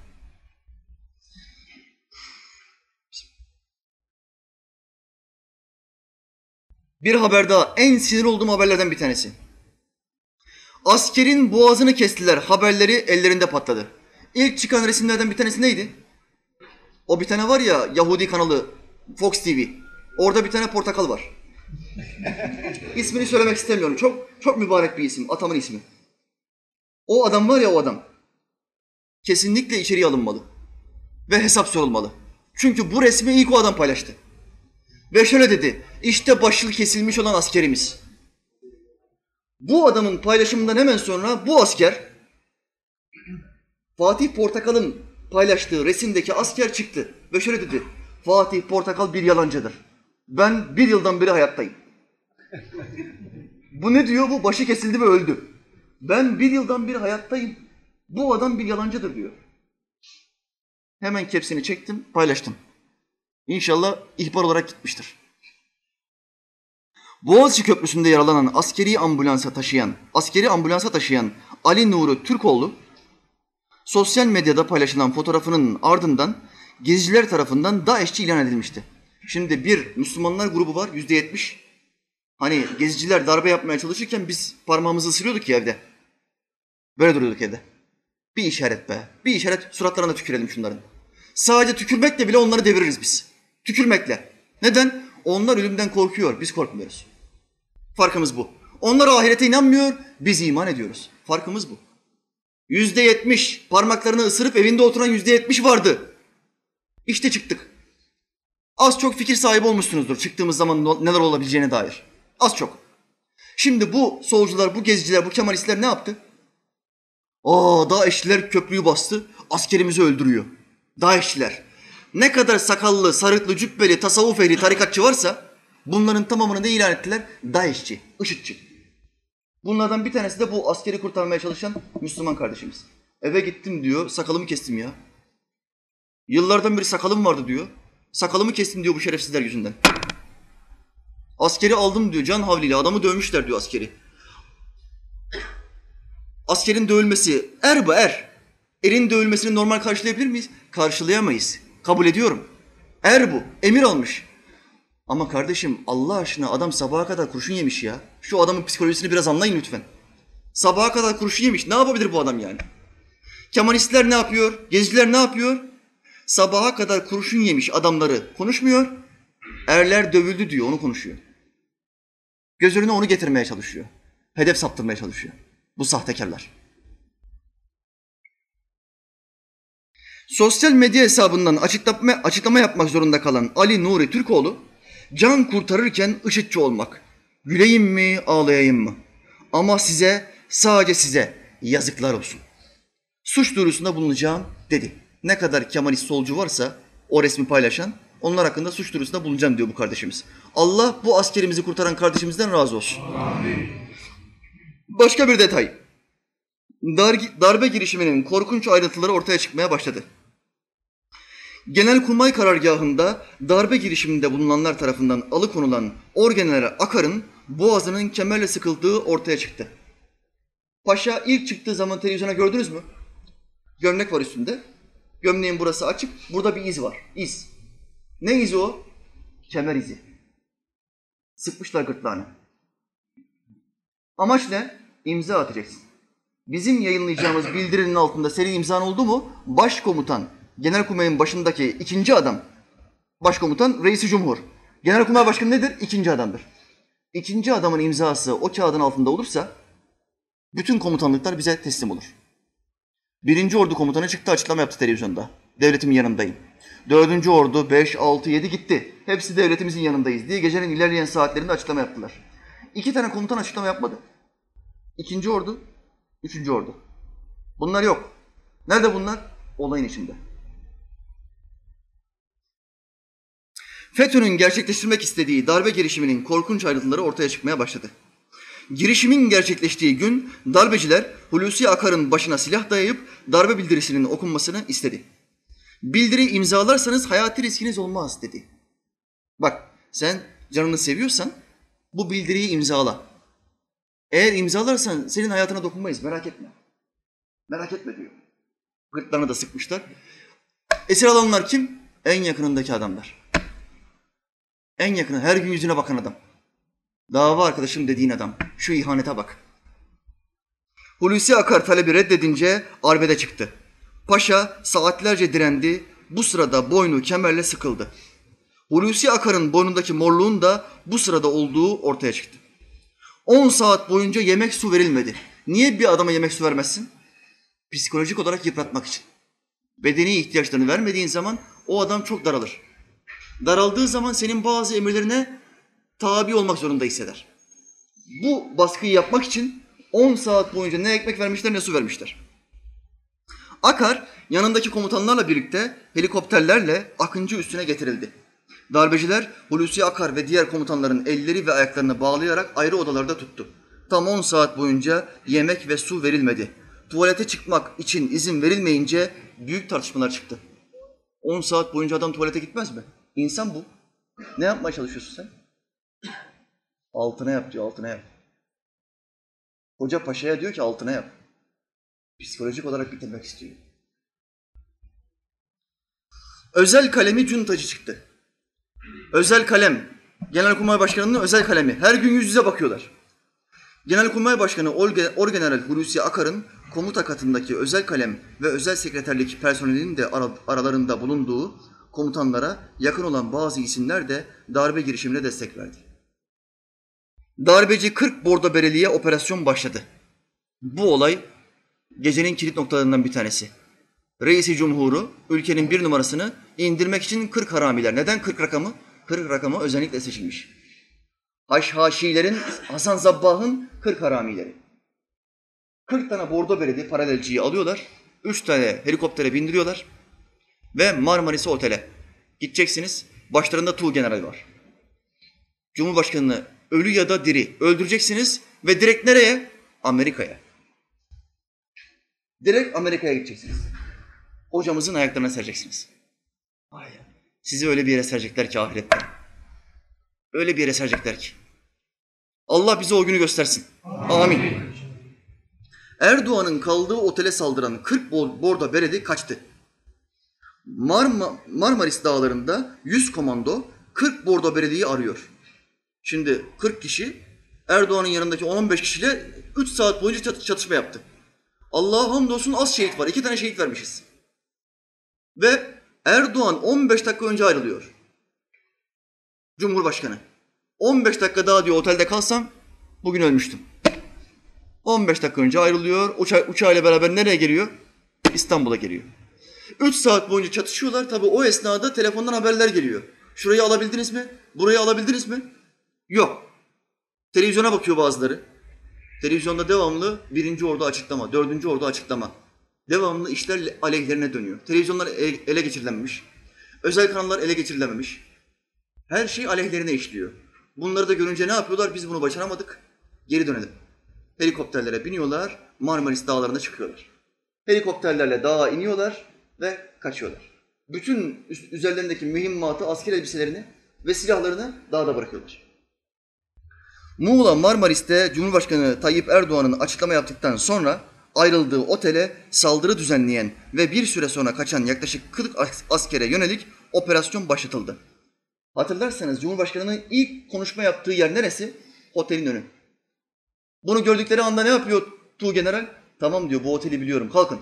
Bir haber daha, en sinir olduğum haberlerden bir tanesi. Askerin boğazını kestiler, haberleri ellerinde patladı. İlk çıkan resimlerden bir tanesi neydi? O bir tane var ya, Yahudi kanalı, Fox TV. Orada bir tane portakal var. İsmini söylemek istemiyorum. Çok mübarek bir isim, atamın ismi. O adam var ya, o adam. Kesinlikle içeriye alınmalı. Ve hesap sorulmalı. Çünkü bu resmi ilk o adam paylaştı. Ve şöyle dedi, işte başlığı kesilmiş olan askerimiz. Bu adamın paylaşımından hemen sonra bu asker, Fatih Portakal'ın paylaştığı resimdeki asker çıktı. Ve şöyle dedi, Fatih Portakal bir yalancıdır. Ben 1 yıldan beri hayattayım. Bu ne diyor? Bu başı kesildi ve öldü. Ben 1 yıldan beri hayattayım. Bu adam bir yalancıdır diyor. Hemen kepsini çektim, paylaştım. İnşallah ihbar olarak gitmiştir. Boğaziçi Köprüsü'nde yaralanan askeri ambulansa taşıyan Ali Nuri Türkoğlu, sosyal medyada paylaşılan fotoğrafının ardından geziciler tarafından DAEŞ'çi ilan edilmişti. Şimdi bir Müslümanlar grubu var, %70. Hani geziciler darbe yapmaya çalışırken biz parmağımızı ısırıyorduk ya evde. Böyle duruyorduk evde. Bir işaret be, bir işaret, suratlarına tükürelim şunların. Sadece tükürmekle bile onları deviririz biz. Tükürmekle. Neden? Onlar ölümden korkuyor, biz korkmuyoruz. Farkımız bu. Onlar ahirete inanmıyor, biz iman ediyoruz. Farkımız bu. %70 parmaklarını ısırıp evinde oturan %70 vardı. İşte çıktık. Az çok fikir sahibi olmuşsunuzdur çıktığımız zaman neler olabileceğine dair. Az çok. Şimdi bu solcular, bu geziciler, bu Kemalistler ne yaptı? DAEŞ'liler köprüyü bastı, askerimizi öldürüyor. DAEŞ'liler. Ne kadar sakallı, sarıklı, cübbeli, tasavvuf ehli, tarikatçı varsa bunların tamamını ne ilan ettiler? DAEŞ'çi, IŞİD'çi. Bunlardan bir tanesi de bu askeri kurtarmaya çalışan Müslüman kardeşimiz. Eve gittim diyor, sakalımı kestim ya. Yıllardan beri sakalım vardı diyor. Sakalımı kestim diyor bu şerefsizler yüzünden. Askeri aldım diyor, can havliyle adamı dövmüşler diyor askeri. Askerin dövülmesi er bu er. Erin dövülmesini normal karşılayabilir miyiz? Karşılayamayız. Kabul ediyorum. Er bu. Emir almış. Ama kardeşim Allah aşkına adam sabaha kadar kurşun yemiş ya. Şu adamın psikolojisini biraz anlayın lütfen. Sabaha kadar kurşun yemiş. Ne yapabilir bu adam yani? Kemalistler ne yapıyor? Geziciler ne yapıyor? Sabaha kadar kurşun yemiş adamları konuşmuyor. Erler dövüldü diyor, onu konuşuyor. Göz önüne onu getirmeye çalışıyor. Hedef saptırmaya çalışıyor. Bu sahtekarlar. Sosyal medya hesabından açıklama yapmak zorunda kalan Ali Nuri Türkoğlu, can kurtarırken IŞİD'çi olmak. Güleyim mi, ağlayayım mı? Ama size, sadece size yazıklar olsun. Suç duyurusunda bulunacağım dedi. Ne kadar Kemalist solcu varsa o resmi paylaşan, onlar hakkında suç duyurusunda bulunacağım diyor bu kardeşimiz. Allah bu askerimizi kurtaran kardeşimizden razı olsun. Amin. Başka bir detay. Darbe girişiminin korkunç ayrıntıları ortaya çıkmaya başladı. Genelkurmay karargahında darbe girişiminde bulunanlar tarafından alıkonulan Orgeneral Akar'ın boğazının kemerle sıkıldığı ortaya çıktı. Paşa ilk çıktığı zaman televizyona gördünüz mü? Gömlek var üstünde. Gömleğin burası açık. Burada bir iz var. İz. Ne izi o? Kemer izi. Sıkmışlar gırtlağına. Amaç ne? İmza atacaksın. Bizim yayınlayacağımız bildirinin altında senin imzan oldu mu? Başkomutan, Genelkurmay'ın başındaki ikinci adam, başkomutan Reis-i Cumhur. Genelkurmay Başkanı nedir? İkinci adamdır. İkinci adamın imzası o kağıdın altında olursa bütün komutanlıklar bize teslim olur. 1. Ordu komutanı çıktı, açıklama yaptı televizyonda. Devletimin yanındayım. 4. Ordu 5, 6, 7 gitti. Hepsi devletimizin yanındayız diye gecenin ilerleyen saatlerinde açıklama yaptılar. 2 tane komutan açıklama yapmadı. 2. Ordu, 3. Ordu. Bunlar yok. Nerede bunlar? Olayın içinde. FETÖ'nün gerçekleştirmek istediği darbe girişiminin korkunç ayrıntıları ortaya çıkmaya başladı. Girişimin gerçekleştiği gün darbeciler Hulusi Akar'ın başına silah dayayıp darbe bildirisinin okunmasını istedi. Bildiri imzalarsanız hayati riskiniz olmaz dedi. Bak sen canını seviyorsan bu bildiriyi imzala. Eğer imzalarsan senin hayatına dokunmayız, merak etme. Merak etme diyor. Gırtlarını da sıkmışlar. Esir alanlar kim? En yakınındaki adamlar. En yakını, her gün yüzüne bakan adam. Dava arkadaşım dediğin adam. Şu ihanete bak. Hulusi Akar talebi reddedince arbede çıktı. Paşa saatlerce direndi. Bu sırada boynu kemerle sıkıldı. Hulusi Akar'ın boynundaki morluğun da bu sırada olduğu ortaya çıktı. 10 saat boyunca yemek su verilmedi. Niye bir adama yemek su vermezsin? Psikolojik olarak yıpratmak için. Bedeni ihtiyaçlarını vermediğin zaman o adam çok daralır. Daraldığı zaman senin bazı emirlerine tabi olmak zorunda hisseder. Bu baskıyı yapmak için 10 saat boyunca ne ekmek vermişler ne su vermişler. Akar yanındaki komutanlarla birlikte helikopterlerle Akıncı üstüne getirildi. Darbeciler Hulusi Akar ve diğer komutanların elleri ve ayaklarını bağlayarak ayrı odalarda tuttu. Tam 10 saat boyunca yemek ve su verilmedi. Tuvalete çıkmak için izin verilmeyince büyük tartışmalar çıktı. 10 saat boyunca adam tuvalete gitmez mi? İnsan bu. Ne yapmaya çalışıyorsun sen? Altına yap diyor, altına yap. Hoca paşaya diyor ki altına yap. Psikolojik olarak bitirmek istiyor. Özel kalemi cuntacı çıktı. Özel kalem, Genelkurmay Başkanı'nın özel kalemi. Her gün yüz yüze bakıyorlar. Genelkurmay Başkanı Orgeneral Hulusi Akar'ın komuta katındaki özel kalem ve özel sekreterlik personelinin de aralarında bulunduğu komutanlara yakın olan bazı isimler de darbe girişimine destek verdi. Darbeci 40 bordo bereliğe operasyon başladı. Bu olay Gecenin kilit noktalarından bir tanesi. Reisi Cumhur'u, ülkenin bir numarasını indirmek için 40 haramiler. Neden 40 rakamı? 40 rakamı özellikle seçilmiş. Haşhaşilerin, Hasan Zabbah'ın 40 haramileri. 40 tane bordo bereli paralelciyi alıyorlar. 3 tane helikoptere bindiriyorlar. Ve Marmaris'e otele gideceksiniz. Başlarında Tuğgeneral var. Cumhurbaşkanını ölü ya da diri öldüreceksiniz ve direkt nereye? Amerika'ya. Direkt Amerika'ya gideceksiniz. Hocamızın ayaklarına sereceksiniz. Sizi öyle bir yere serecekler ki ahirette. Öyle bir yere serecekler ki. Allah bize o günü göstersin. Amin. Erdoğan'ın kaldığı otele saldıran 40 bordo bereli kaçtı. Marmaris dağlarında 100 komando 40 bordo bereliyi arıyor. Şimdi 40 kişi Erdoğan'ın yanındaki 10-15 kişiyle 3 saat boyunca çatışma yaptı. Allah'a hamdolsun az şehit var. 2 tane şehit vermişiz. Ve Erdoğan 15 dakika önce ayrılıyor. Cumhurbaşkanı. 15 dakika daha diyor otelde kalsam bugün ölmüştüm. 15 dakika önce ayrılıyor. Uçağıyla beraber nereye geliyor? İstanbul'a geliyor. 3 saat boyunca çatışıyorlar. Tabii o esnada telefondan haberler geliyor. Şurayı alabildiniz mi? Burayı alabildiniz mi? Yok. Televizyona bakıyor bazıları. Televizyonda devamlı 1. Ordu açıklama, 4. Ordu açıklama. Devamlı işler aleyhlerine dönüyor. Televizyonlar ele geçirilememiş. Özel kanallar ele geçirilememiş. Her şey aleyhlerine işliyor. Bunları da görünce ne yapıyorlar? Biz bunu başaramadık. Geri dönelim. Helikopterlere biniyorlar, Marmaris dağlarına çıkıyorlar. Helikopterlerle dağa iniyorlar ve kaçıyorlar. Bütün üzerlerindeki mühimmatı, asker elbiselerini ve silahlarını dağda bırakıyorlar. Muğla Marmaris'te Cumhurbaşkanı Tayyip Erdoğan'ın açıklama yaptıktan sonra ayrıldığı otele saldırı düzenleyen ve bir süre sonra kaçan yaklaşık 40 askere yönelik operasyon başlatıldı. Hatırlarsanız Cumhurbaşkanı'nın ilk konuşma yaptığı yer neresi? Otelin önü. Bunu gördükleri anda ne yapıyor Tuğgeneral? Tamam diyor, bu oteli biliyorum, kalkın.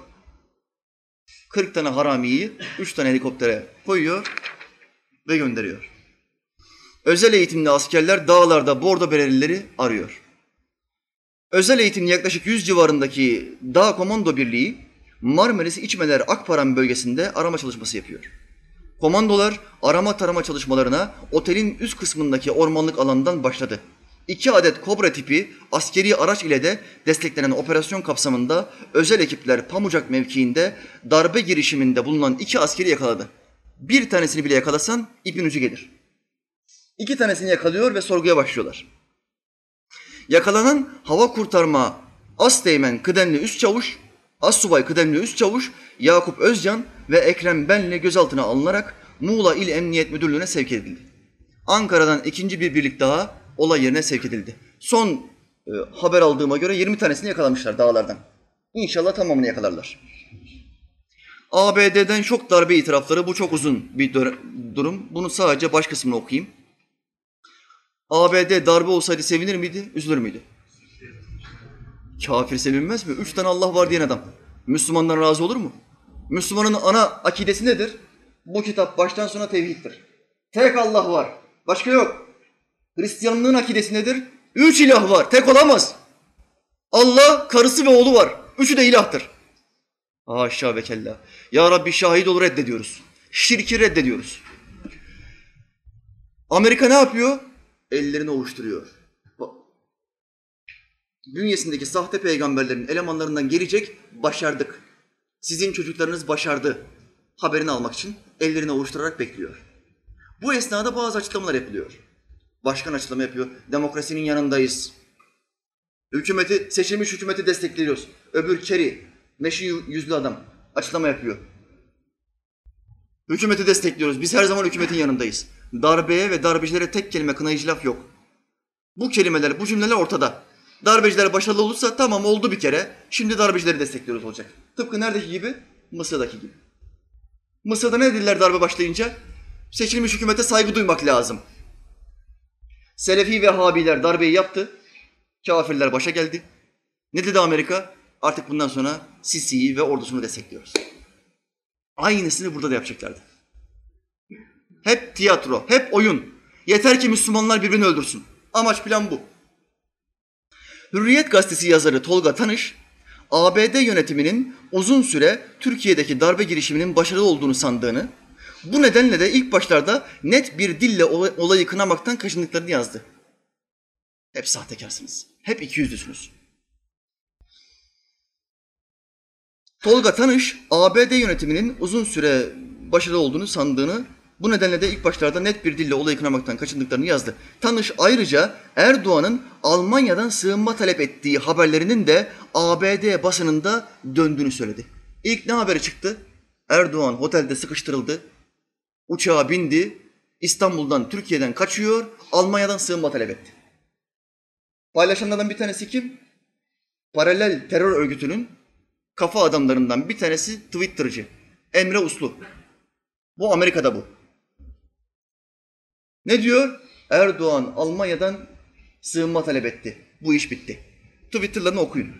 40 tane haramiyi 3 tane helikoptere koyuyor ve gönderiyor. Özel eğitimli askerler dağlarda bordo berelileri arıyor. Özel eğitimli yaklaşık 100 civarındaki dağ komando birliği Marmaris İçmeler Akparan bölgesinde arama çalışması yapıyor. Komandolar arama tarama çalışmalarına otelin üst kısmındaki ormanlık alandan başladı. 2 adet Kobra tipi askeri araç ile de desteklenen operasyon kapsamında özel ekipler Pamucak mevkiinde darbe girişiminde bulunan 2 askeri yakaladı. Bir tanesini bile yakalasan ipin ucu gelir. 2 tanesini yakalıyor ve sorguya başlıyorlar. Yakalanan hava kurtarma Asteğmen kıdemli üst çavuş, Assubay kıdemli üst çavuş Yakup Özcan ve Ekrem Benli gözaltına alınarak Muğla İl Emniyet Müdürlüğü'ne sevk edildi. Ankara'dan ikinci bir birlik daha olay yerine sevk edildi. Son haber aldığıma göre 20 tanesini yakalamışlar dağlardan. İnşallah tamamını yakalarlar. ABD'den şok darbe itirafları, bu çok uzun bir durum. Bunu sadece baş kısmını okuyayım. ABD darbe olsaydı sevinir miydi, üzülür müydü? Kafir sevinmez mi? 3 tane Allah var diyen adam Müslümandan razı olur mu? Müslümanın ana akidesi nedir? Bu kitap baştan sona tevhiddir. Tek Allah var, başka yok. Hristiyanlığın akidesi nedir? 3 ilah var, tek olamaz. Allah, karısı ve oğlu var. 3'ü de ilahtır. Haşa ve kella. Ya Rabbi şahit ol, reddediyoruz. Şirki reddediyoruz. Amerika ne yapıyor? Ellerini ovuşturuyor. Bünyesindeki sahte peygamberlerin elemanlarından gelecek, başardık. Sizin çocuklarınız başardı haberini almak için ellerini ovuşturarak bekliyor. Bu esnada bazı açıklamalar yapılıyor. Başkan açıklama yapıyor. Demokrasinin yanındayız. Seçilmiş hükümeti destekliyoruz. Öbür Kerry, meşi yüzlü adam açıklama yapıyor. Hükümeti destekliyoruz. Biz her zaman hükümetin yanındayız. Darbeye ve darbecilere tek kelime kınayıcı laf yok. Bu kelimeler, bu cümleler ortada. Darbeciler başarılı olursa tamam, oldu bir kere. Şimdi darbecileri destekliyoruz olacak. Tıpkı neredeki gibi? Mısır'daki gibi. Mısır'da ne dediler darbe başlayınca? Seçilmiş hükümete saygı duymak lazım. Selefi Vehhabiler darbeyi yaptı. Kafirler başa geldi. Ne dedi Amerika? Artık bundan sonra Sisi'yi ve ordusunu destekliyoruz. Aynısını burada da yapacaklardı. Hep tiyatro, hep oyun. Yeter ki Müslümanlar birbirini öldürsün. Amaç plan bu. Hürriyet gazetesi yazarı Tolga Tanış, ABD yönetiminin uzun süre Türkiye'deki darbe girişiminin başarılı olduğunu sandığını, bu nedenle de ilk başlarda net bir dille olayı kınamaktan kaçındıklarını yazdı. Hep sahtekarsınız, hep ikiyüzlüsünüz. Tolga Tanış, ABD yönetiminin uzun süre başarılı olduğunu sandığını, bu nedenle de ilk başlarda net bir dille olayı kınamaktan kaçındıklarını yazdı. Tanış ayrıca Erdoğan'ın Almanya'dan sığınma talep ettiği haberlerinin de ABD basınında döndüğünü söyledi. İlk ne haberi çıktı? Erdoğan otelde sıkıştırıldı, uçağa bindi, İstanbul'dan, Türkiye'den kaçıyor, Almanya'dan sığınma talep etti. Paylaşanlardan bir tanesi kim? Paralel terör örgütünün kafa adamlarından bir tanesi Twitter'cı Emre Uslu. Bu Amerika'da bu. Ne diyor? Erdoğan Almanya'dan sığınma talep etti. Bu iş bitti. Twitter'larını okuyun.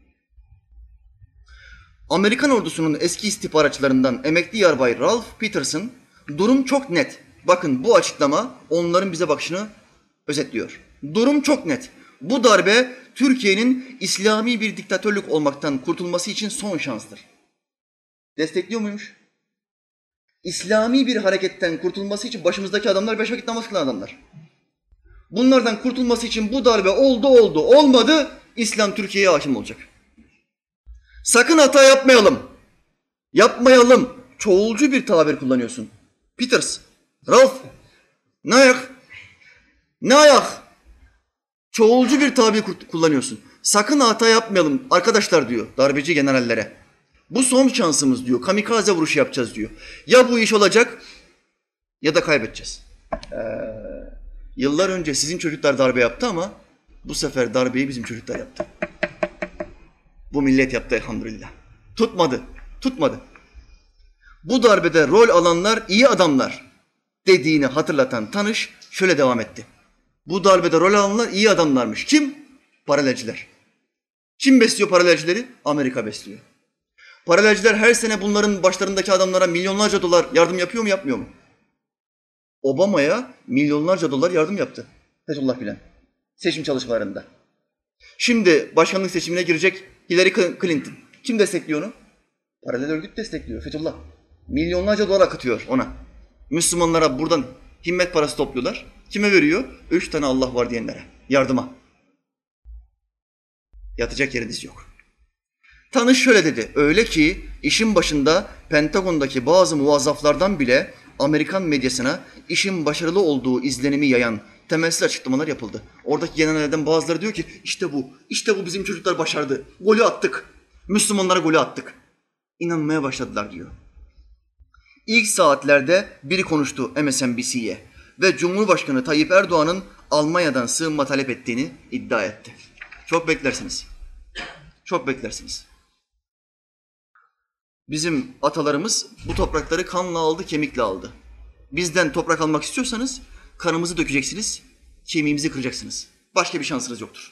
Amerikan ordusunun eski istihbaratçılarından emekli yarbay Ralph Peterson, durum çok net. Bakın bu açıklama onların bize bakışını özetliyor. Durum çok net. Bu darbe Türkiye'nin İslami bir diktatörlük olmaktan kurtulması için son şanstır. Destekliyor muymuş? İslami bir hareketten kurtulması için başımızdaki adamlar 5 vakit namaz kılan adamlar. Bunlardan kurtulması için bu darbe oldu, olmadı, İslam Türkiye'ye hakim olacak. Sakın hata yapmayalım. Yapmayalım. Çoğulcu bir tabir kullanıyorsun. Peters, Ralph, ne ayak? Ne ayak? Çoğulcu bir tabir kullanıyorsun. Sakın hata yapmayalım arkadaşlar diyor darbeci generallere. Bu son şansımız diyor. Kamikaze vuruşu yapacağız diyor. Ya bu iş olacak ya da kaybedeceğiz. Yıllar önce sizin çocuklar darbe yaptı ama bu sefer darbeyi bizim çocuklar yaptı. Bu millet yaptı elhamdülillah. Tutmadı. Bu darbede rol alanlar iyi adamlar dediğini hatırlatan Tanış şöyle devam etti. Bu darbede rol alanlar iyi adamlarmış. Kim? Paralelciler. Kim besliyor paralelcileri? Amerika besliyor. Paralelciler her sene bunların başlarındaki adamlara milyonlarca dolar yardım yapıyor mu, yapmıyor mu? Obama'ya milyonlarca dolar yardım yaptı Fethullah Gülen seçim çalışmalarında. Şimdi başkanlık seçimine girecek Hillary Clinton. Kim destekliyor onu? Paralel örgüt destekliyor Fethullah. Milyonlarca dolar akıtıyor ona. Müslümanlara buradan himmet parası topluyorlar. Kime veriyor? 3 tane Allah var diyenlere. Yardıma. Yatacak yeriniz yok. Tanış şöyle dedi. Öyle ki işin başında Pentagon'daki bazı muvazzaflardan bile Amerikan medyasına işin başarılı olduğu izlenimi yayan temelsiz açıklamalar yapıldı. Oradaki generallerden bazıları diyor ki işte bu bizim çocuklar başardı. Golü attık. Müslümanlara golü attık. İnanmaya başladılar diyor. İlk saatlerde biri konuştu MSNBC'ye ve Cumhurbaşkanı Tayyip Erdoğan'ın Almanya'dan sığınma talep ettiğini iddia etti. Çok beklersiniz. Çok beklersiniz. Bizim atalarımız bu toprakları kanla aldı, kemikle aldı. Bizden toprak almak istiyorsanız kanımızı dökeceksiniz, kemiğimizi kıracaksınız. Başka bir şansınız yoktur.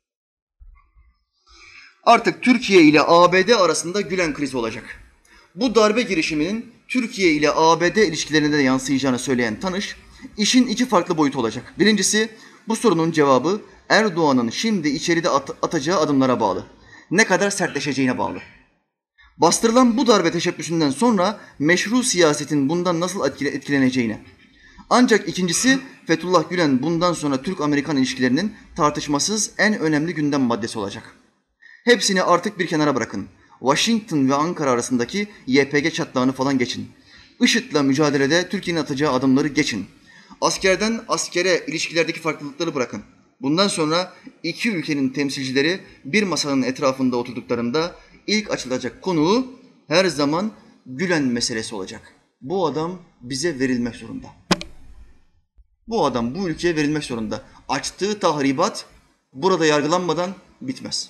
Artık Türkiye ile ABD arasında Gülen krizi olacak. Bu darbe girişiminin Türkiye ile ABD ilişkilerine de yansıyacağını söyleyen Tanış, işin iki farklı boyutu olacak. Birincisi, bu sorunun cevabı Erdoğan'ın şimdi içeride atacağı adımlara bağlı. Ne kadar sertleşeceğine bağlı. Bastırılan bu darbe teşebbüsünden sonra meşru siyasetin bundan nasıl etkileneceğine. Ancak ikincisi Fethullah Gülen bundan sonra Türk-Amerikan ilişkilerinin tartışmasız en önemli gündem maddesi olacak. Hepsini artık bir kenara bırakın. Washington ve Ankara arasındaki YPG çatlağını falan geçin. IŞİD'le mücadelede Türkiye'nin atacağı adımları geçin. Askerden askere ilişkilerdeki farklılıkları bırakın. Bundan sonra iki ülkenin temsilcileri bir masanın etrafında oturduklarında ilk açılacak konu her zaman Gülen meselesi olacak. Bu adam bize verilmek zorunda. Bu adam bu ülkeye verilmek zorunda. Açtığı tahribat burada yargılanmadan bitmez.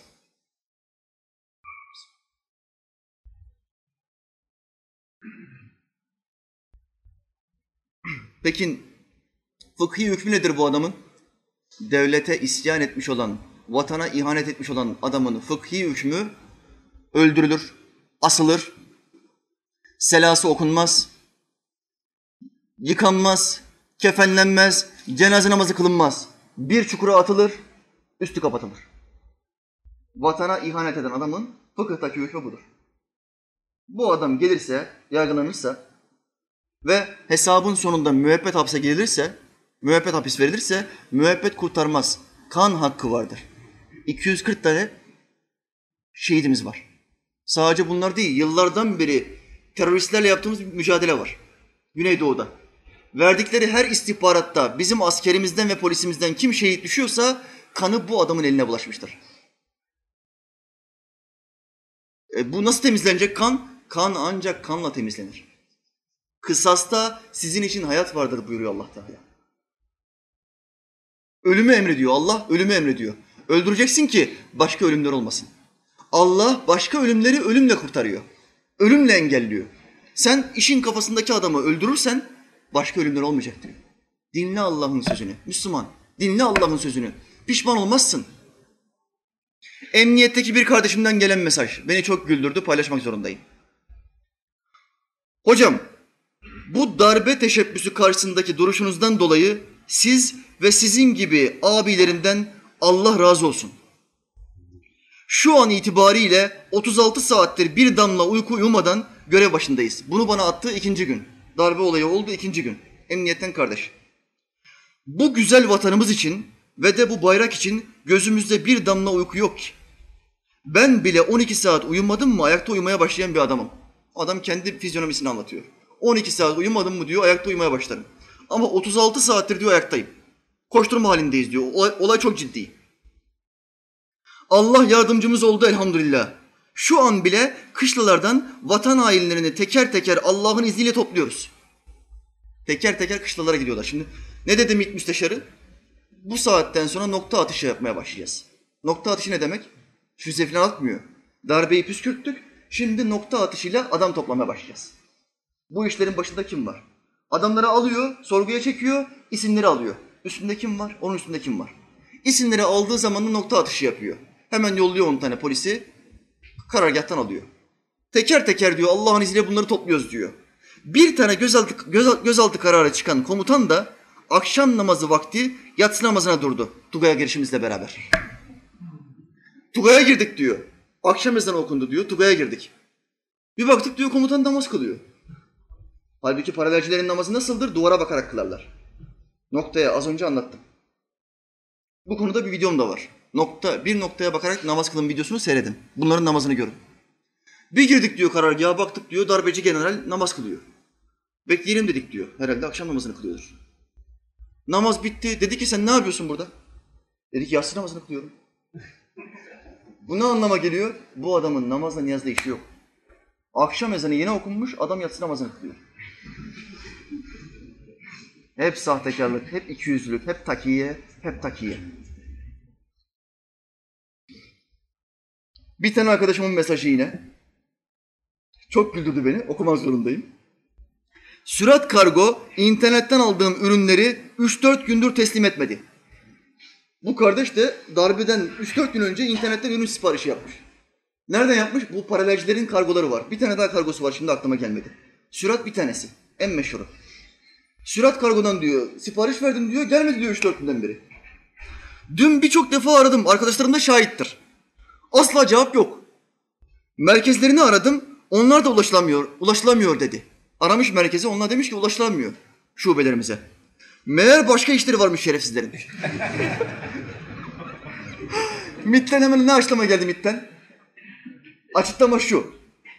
Peki fıkhi hükmü nedir bu adamın? Devlete isyan etmiş olan, vatana ihanet etmiş olan adamın fıkhi hükmü öldürülür, asılır, selası okunmaz, yıkanmaz, kefenlenmez, cenaze namazı kılınmaz. Bir çukura atılır, üstü kapatılır. Vatana ihanet eden adamın Fıkıhtaki hükmü budur. Bu adam gelirse, yargılanırsa ve hesabın sonunda müebbet hapse girilirse, müebbet hapis verilirse müebbet kurtarmaz. Kan hakkı vardır. 240 tane şehidimiz var. Sadece bunlar değil, yıllardan beri teröristlerle yaptığımız bir mücadele var. Güneydoğu'da. Verdikleri her istihbaratta bizim askerimizden ve polisimizden kim şehit düşüyorsa kanı bu adamın eline bulaşmıştır. Bu nasıl temizlenecek kan? Kan ancak kanla temizlenir. Kısasta sizin için hayat vardır buyuruyor Allah Teala. Ölümü emrediyor Allah, ölümü emrediyor. Öldüreceksin ki başka ölümler olmasın. Allah başka ölümleri ölümle kurtarıyor. Ölümle engelliyor. Sen işin kafasındaki adamı öldürürsen başka ölümler olmayacak diyor. Dinle Allah'ın sözünü. Müslüman, dinle Allah'ın sözünü. Pişman olmazsın. Emniyetteki bir kardeşimden gelen mesaj. Beni çok güldürdü, paylaşmak zorundayım. Hocam, bu darbe teşebbüsü karşısındaki duruşunuzdan dolayı siz ve sizin gibi abilerimden Allah razı olsun. Şu an itibariyle 36 saattir bir damla uyku uyumadan görev başındayız. Bunu bana attığı 2. gün. Darbe olayı oldu 2. gün. Emniyetten kardeş. Bu güzel vatanımız için ve de bu bayrak için gözümüzde bir damla uyku yok ki. Ben bile 12 saat uyumadım mı ayakta uyumaya başlayan bir adamım. Adam kendi fizyonomisini anlatıyor. 12 saat uyumadım mı diyor, ayakta uyumaya başlarım. Ama 36 saattir diyor ayaktayım. Koşturma halindeyiz diyor. Olay çok ciddi. Allah yardımcımız oldu elhamdülillah. Şu an bile kışlalardan vatan hainlerini teker teker Allah'ın izniyle topluyoruz. Teker teker kışlalara gidiyorlar. Şimdi ne dedi MİT müsteşarı? Bu saatten sonra nokta atışı yapmaya başlayacağız. Nokta atışı ne demek? Füze falan atmıyor. Darbeyi püskürttük. Şimdi nokta atışıyla adam toplamaya başlayacağız. Bu işlerin başında kim var? Adamları alıyor, sorguya çekiyor, isimleri alıyor. Üstünde kim var? Onun üstünde kim var? İsimleri aldığı zaman da nokta atışı yapıyor. Hemen yolluyor 10 tane polisi, karargâhtan alıyor. Teker teker diyor, Allah'ın izniyle bunları topluyoruz diyor. Bir tane gözaltı kararı çıkan komutan da akşam namazı vakti yatsı namazına durdu. Tugay'a girişimizle beraber. Tugay'a girdik diyor. Akşam ezanı okundu diyor, Tugay'a girdik. Bir baktık diyor, komutan namaz kılıyor. Halbuki paralelcilerin namazı nasıldır? Duvara bakarak kılarlar. Noktaya az önce anlattım. Bu konuda bir videom da var. Bir noktaya bakarak namaz kılın videosunu seyredin. Bunların namazını görün. Bir girdik diyor karargaha, baktık diyor darbeci general namaz kılıyor. Bekleyelim dedik diyor. Herhalde akşam namazını kılıyordur. Namaz bitti. Dedi ki sen ne yapıyorsun burada? Dedi ki yatsı namazını kılıyorum. Bu ne anlama geliyor? Bu adamın namazla niyazla işi yok. Akşam ezanı yeni okunmuş, adam yatsı namazını kılıyor. Hep sahtekarlık, hep ikiyüzlülük, hep takiye, hep takiye. Bir tane arkadaşımın mesajı yine. Çok güldürdü beni, okumak zorundayım. Sürat Kargo, internetten aldığım ürünleri 3-4 gündür teslim etmedi. Bu kardeş de darbeden 3-4 gün önce internetten ürün siparişi yapmış. Nereden yapmış? Bu paralelcilerin kargoları var. Bir tane daha kargosu var, şimdi aklıma gelmedi. Sürat bir tanesi, en meşhuru. Sürat Kargo'dan diyor, sipariş verdim diyor, gelmedi diyor 3-4 günden beri. Dün birçok defa aradım, arkadaşlarım da şahittir. Asla cevap yok. Merkezlerini aradım, onlar da ulaşılamıyor dedi. Aramış merkezi, onlar demiş ki ulaşılamıyor şubelerimize. Meğer başka işleri varmış şerefsizlerin. MİT'ten hemen ne açıklama geldi MİT'ten? Açıklama şu.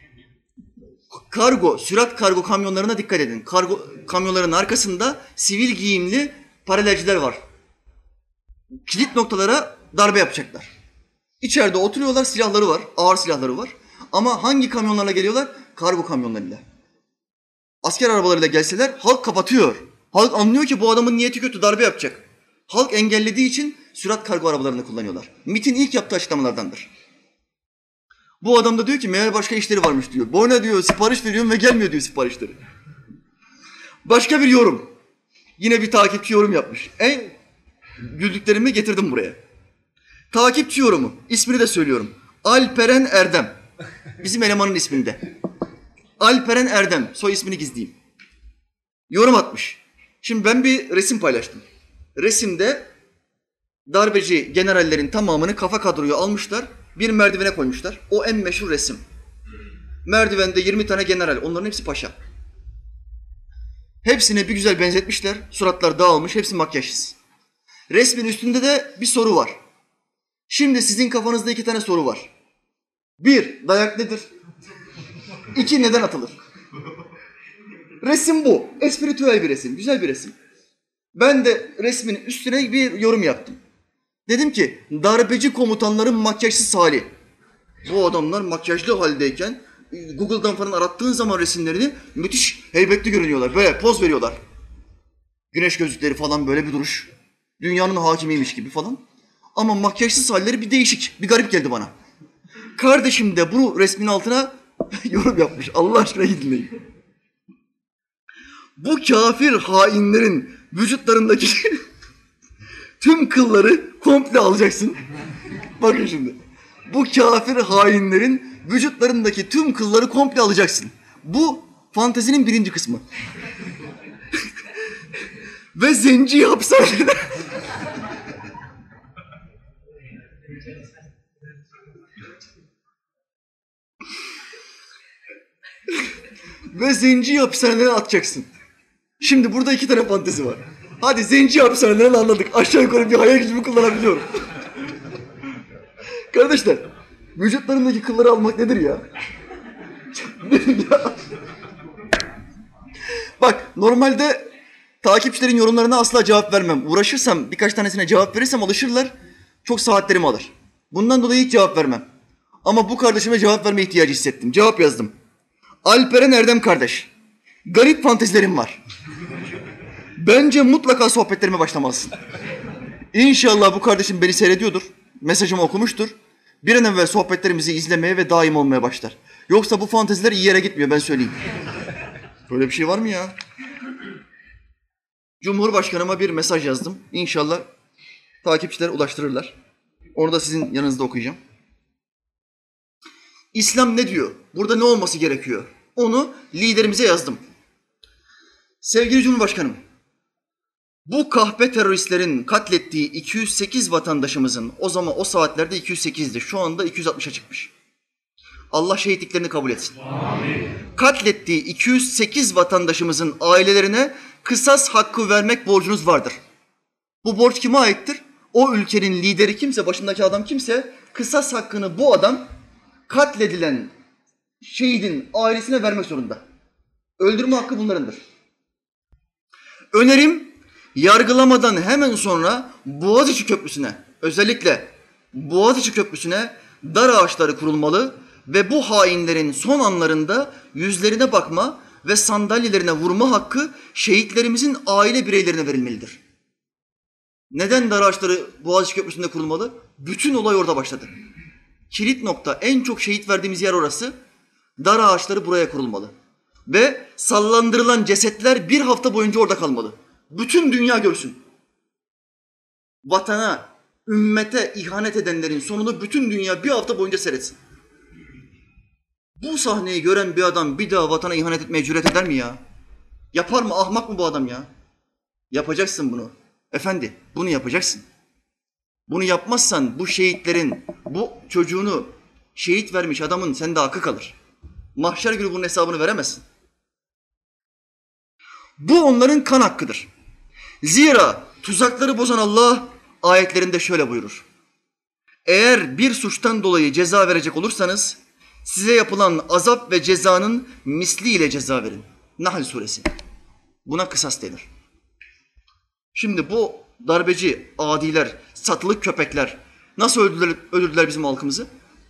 Sürat kargo kamyonlarına dikkat edin. Kargo kamyonların arkasında sivil giyimli paralelciler var. Kilit noktalara darbe yapacaklar. İçeride oturuyorlar, silahları var, ağır silahları var. Ama hangi kamyonlarla geliyorlar? Kargo kamyonlarıyla. Asker arabalarıyla gelseler halk kapatıyor. Halk anlıyor ki bu adamın niyeti kötü, darbe yapacak. Halk engellediği için sürat kargo arabalarını kullanıyorlar. MİT'in ilk yaptığı açıklamalardandır. Bu adam da diyor ki meğer başka işleri varmış diyor. Boyuna diyor sipariş veriyorum ve gelmiyor diyor siparişleri. Başka bir yorum. Yine bir takipçi yorum yapmış. En güldüklerimi getirdim buraya. Takipçi yorumu. İsmini de söylüyorum. Alperen Erdem. Bizim elemanın isminde. Alperen Erdem. Soy ismini gizleyeyim. Yorum atmış. Şimdi ben bir resim paylaştım. Resimde darbeci generallerin tamamını kafa kadroyu almışlar. bir merdivene koymuşlar. O en meşhur resim. Merdivende 20 tane general, onların hepsi paşa. Hepsine bir güzel benzetmişler, suratlar dağılmış, hepsi makyajsız. Resmin üstünde de bir soru var. Şimdi sizin kafanızda 2 tane soru var. 1, dayak nedir? 2, neden atılır? Resim bu. Espiritüel bir resim, güzel bir resim. Ben de resmin üstüne bir yorum yaptım. Dedim ki, darbeci komutanların makyajsız hali. Bu adamlar makyajlı haldeyken Google'dan falan arattığın zaman resimlerini müthiş heybetli görünüyorlar. Böyle poz veriyorlar. Güneş gözlükleri falan, böyle bir duruş. Dünyanın hakimiymiş gibi falan. Ama makyajsız halleri bir değişik, bir garip geldi bana. Kardeşim de bu resmin altına yorum yapmış. Allah aşkına iyi dinleyin. Bu kafir hainlerin vücutlarındaki tüm kılları komple alacaksın. Bakın şimdi. Bu kafir hainlerin vücutlarındaki tüm kılları komple alacaksın. Bu fantezinin 1. kısmı. Ve zenci hapishanede... Ve zenci hapishanelere atacaksın. Şimdi burada 2 tane fantezi var. Hadi zenci hapishanelerini anladık. Aşağı yukarı bir hayal gücümü kullanabiliyorum. Kardeşler, vücutlarındaki kılları almak nedir ya? Bak, normalde takipçilerin yorumlarına asla cevap vermem. Uğraşırsam, birkaç tanesine cevap verirsem alışırlar. Çok saatlerimi alır. Bundan dolayı hiç cevap vermem. Ama bu kardeşime cevap verme ihtiyacı hissettim. Cevap yazdım. Alperen Erdem kardeş, garip fantezilerim var. Bence mutlaka sohbetlerime başlamalısın. İnşallah bu kardeşim beni seyrediyordur. Mesajımı okumuştur. Bir an evvel sohbetlerimizi izlemeye ve daim olmaya başlar. Yoksa bu fanteziler iyi yere gitmiyor, ben söyleyeyim. Böyle bir şey var mı ya? Cumhurbaşkanıma bir mesaj yazdım. İnşallah takipçiler ulaştırırlar. Onu da sizin yanınızda okuyacağım. İslam ne diyor? Burada ne olması gerekiyor? Onu liderimize yazdım. Sevgili Cumhurbaşkanım, bu kahpe teröristlerin katlettiği 208 vatandaşımızın, o zaman o saatlerde 208'di, şu anda 260'a çıkmış. Allah şehitliklerini kabul etsin. Amin. Katlettiği 208 vatandaşımızın ailelerine kısas hakkı vermek borcunuz vardır. Bu borç kime aittir? O ülkenin lideri kimse, başındaki adam kimse, kısas hakkını bu adam katledilen şehidin ailesine vermek zorunda. Öldürme hakkı bunlarındır. Önerim, yargılamadan hemen sonra Boğaziçi Köprüsü'ne, özellikle Boğaziçi Köprüsü'ne dar ağaçları kurulmalı ve bu hainlerin son anlarında yüzlerine bakma ve sandalyelerine vurma hakkı şehitlerimizin aile bireylerine verilmelidir. Neden dar ağaçları Boğaziçi Köprüsü'nde kurulmalı? Bütün olay orada başladı. Kilit nokta, en çok şehit verdiğimiz yer orası. Dar ağaçları buraya kurulmalı. Ve sallandırılan cesetler 1 hafta boyunca orada kalmalı. Bütün dünya görsün. Vatana, ümmete ihanet edenlerin sonunu bütün dünya 1 hafta boyunca seyretsin. Bu sahneyi gören bir adam bir daha vatana ihanet etmeye cüret eder mi ya? Yapar mı? Ahmak mı bu adam ya? Yapacaksın bunu. Efendi, bunu yapacaksın. Bunu yapmazsan bu şehitlerin, bu çocuğunu şehit vermiş adamın sende hakkı kalır. Mahşer günü bunun hesabını veremezsin. Bu onların kan hakkıdır. Zira tuzakları bozan Allah ayetlerinde şöyle buyurur. Eğer bir suçtan dolayı ceza verecek olursanız size yapılan azap ve cezanın misliyle ceza verin. Nahl suresi. Buna kısas denir. Şimdi bu darbeci, adiler, satılık köpekler nasıl öldürdüler bizim halkımızı?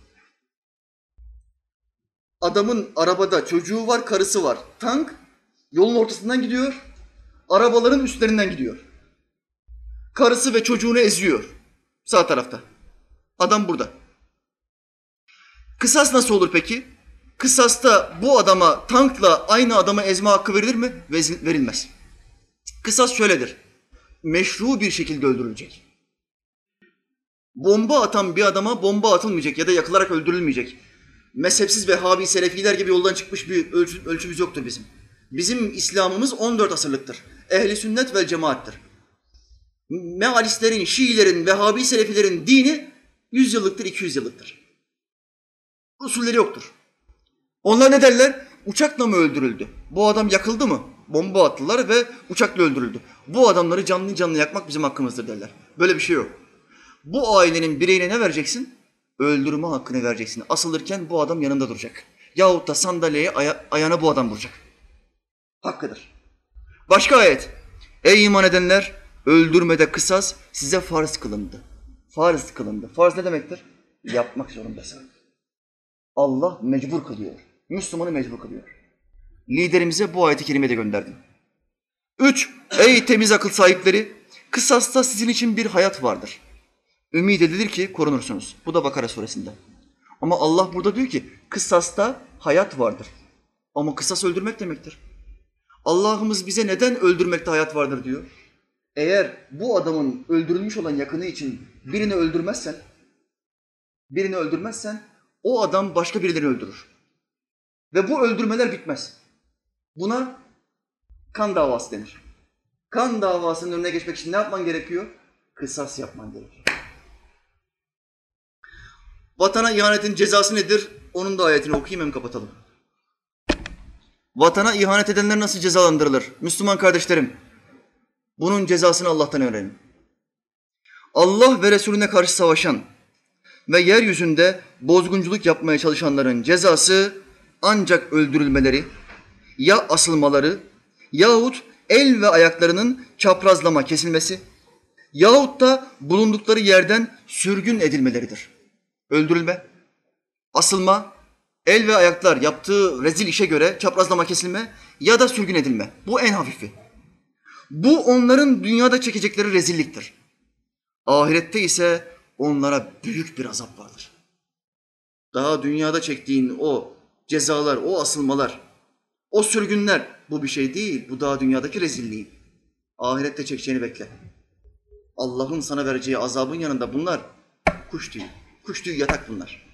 Adamın arabada çocuğu var, karısı var. Tank yolun ortasından gidiyor, arabaların üstlerinden gidiyor. Karısı ve çocuğunu eziyor sağ tarafta. Adam burada. Kısas nasıl olur peki? Kısasta bu adama, tankla aynı adama ezme hakkı verilir mi? Verilmez. Kısas şöyledir. Meşru bir şekilde öldürülecek. Bomba atan bir adama bomba atılmayacak ya da yakılarak öldürülmeyecek. Mezhepsiz Vehhabi, Selefiler gibi yoldan çıkmış bir ölçümüz yoktur bizim. Bizim İslam'ımız 14 asırlıktır. Ehli sünnet vel cemaattir. Mealistlerin, Şiilerin, Vehhabi, Selefilerin dini 100 yıllıktır, 200 yıllıktır. Usulleri yoktur. Onlar ne derler? Uçakla mı öldürüldü? Bu adam yakıldı mı? Bomba attılar ve uçakla öldürüldü. Bu adamları canlı canlı yakmak bizim hakkımızdır derler. Böyle bir şey yok. Bu ailenin bireyine ne vereceksin? Öldürme hakkını vereceksin. Asılırken bu adam yanında duracak. Yahut da sandalyeye ayağına bu adam vuracak. Hakkıdır. Başka ayet. Ey iman edenler, öldürmede kısas size farz kılındı. Farz kılındı. Farz ne demektir? Yapmak zorundasın. Allah mecbur kılıyor. Müslümanı mecbur kılıyor. Liderimize bu ayeti kerime de gönderdim. 3. Ey temiz akıl sahipleri, kısasta sizin için bir hayat vardır. Ümid edilir ki korunursunuz. Bu da Bakara suresinde. Ama Allah burada diyor ki kısasta hayat vardır. Ama kısas öldürmek demektir. Allah'ımız bize neden öldürmekte hayat vardır diyor. Eğer bu adamın öldürülmüş olan yakını için birini öldürmezsen o adam başka birilerini öldürür. Ve bu öldürmeler bitmez. Buna kan davası denir. Kan davasının önüne geçmek için ne yapman gerekiyor? Kısas yapman gerekiyor. Vatana ihanetin cezası nedir? Onun da ayetini okuyayım hem kapatalım. Vatana ihanet edenler nasıl cezalandırılır? Müslüman kardeşlerim, bunun cezasını Allah'tan öğrenin. Allah ve Resulüne karşı savaşan ve yeryüzünde bozgunculuk yapmaya çalışanların cezası ancak öldürülmeleri, ya asılmaları yahut el ve ayaklarının çaprazlama kesilmesi yahut da bulundukları yerden sürgün edilmeleridir. Öldürülme, asılma, el ve ayaklar yaptığı rezil işe göre çaprazlama kesilme ya da sürgün edilme. Bu en hafifi. Bu onların dünyada çekecekleri rezilliktir. Ahirette ise onlara büyük bir azap vardır. Daha dünyada çektiğin o cezalar, o asılmalar, o sürgünler bu bir şey değil. Bu daha dünyadaki rezilliği. Ahirette çekeceğini bekle. Allah'ın sana vereceği azabın yanında bunlar kuş tüyü. Kuş tüyü yatak bunlar.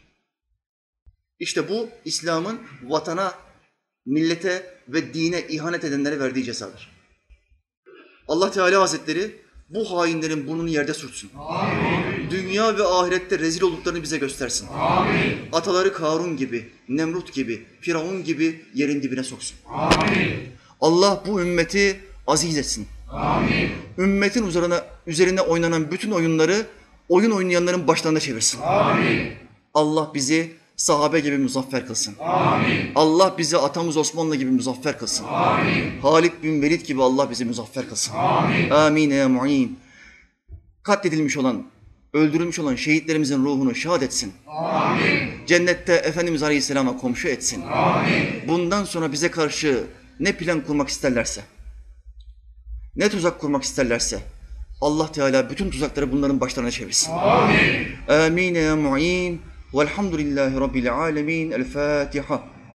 İşte bu İslam'ın vatana, millete ve dine ihanet edenlere verdiği cezadır. Allah Teala Hazretleri bu hainlerin burnunu yerde sürtsün. Amin. Dünya ve ahirette rezil olduklarını bize göstersin. Amin. Ataları Karun gibi, Nemrut gibi, Firavun gibi yerin dibine soksun. Amin. Allah bu ümmeti aziz etsin. Amin. Ümmetin üzerine oynanan bütün oyunları oyun oynayanların başlarına çevirsin. Amin. Allah bizi sahabe gibi muzaffer kılsın. Amin. Allah bizi atamız Osmanlı gibi muzaffer kılsın. Amin. Halid bin Velid gibi Allah bizi muzaffer kılsın. Amin. Amin ya mu'in. Katledilmiş olan, öldürülmüş olan şehitlerimizin ruhunu şad etsin. Amin. Cennette Efendimiz Aleyhisselam'a komşu etsin. Amin. Bundan sonra bize karşı ne plan kurmak isterlerse, ne tuzak kurmak isterlerse Allah Teala bütün tuzakları bunların başlarına çevirsin. Amin. Amin ya mu'in. Velhamdülillahi Rabbil alemin. El Fatiha.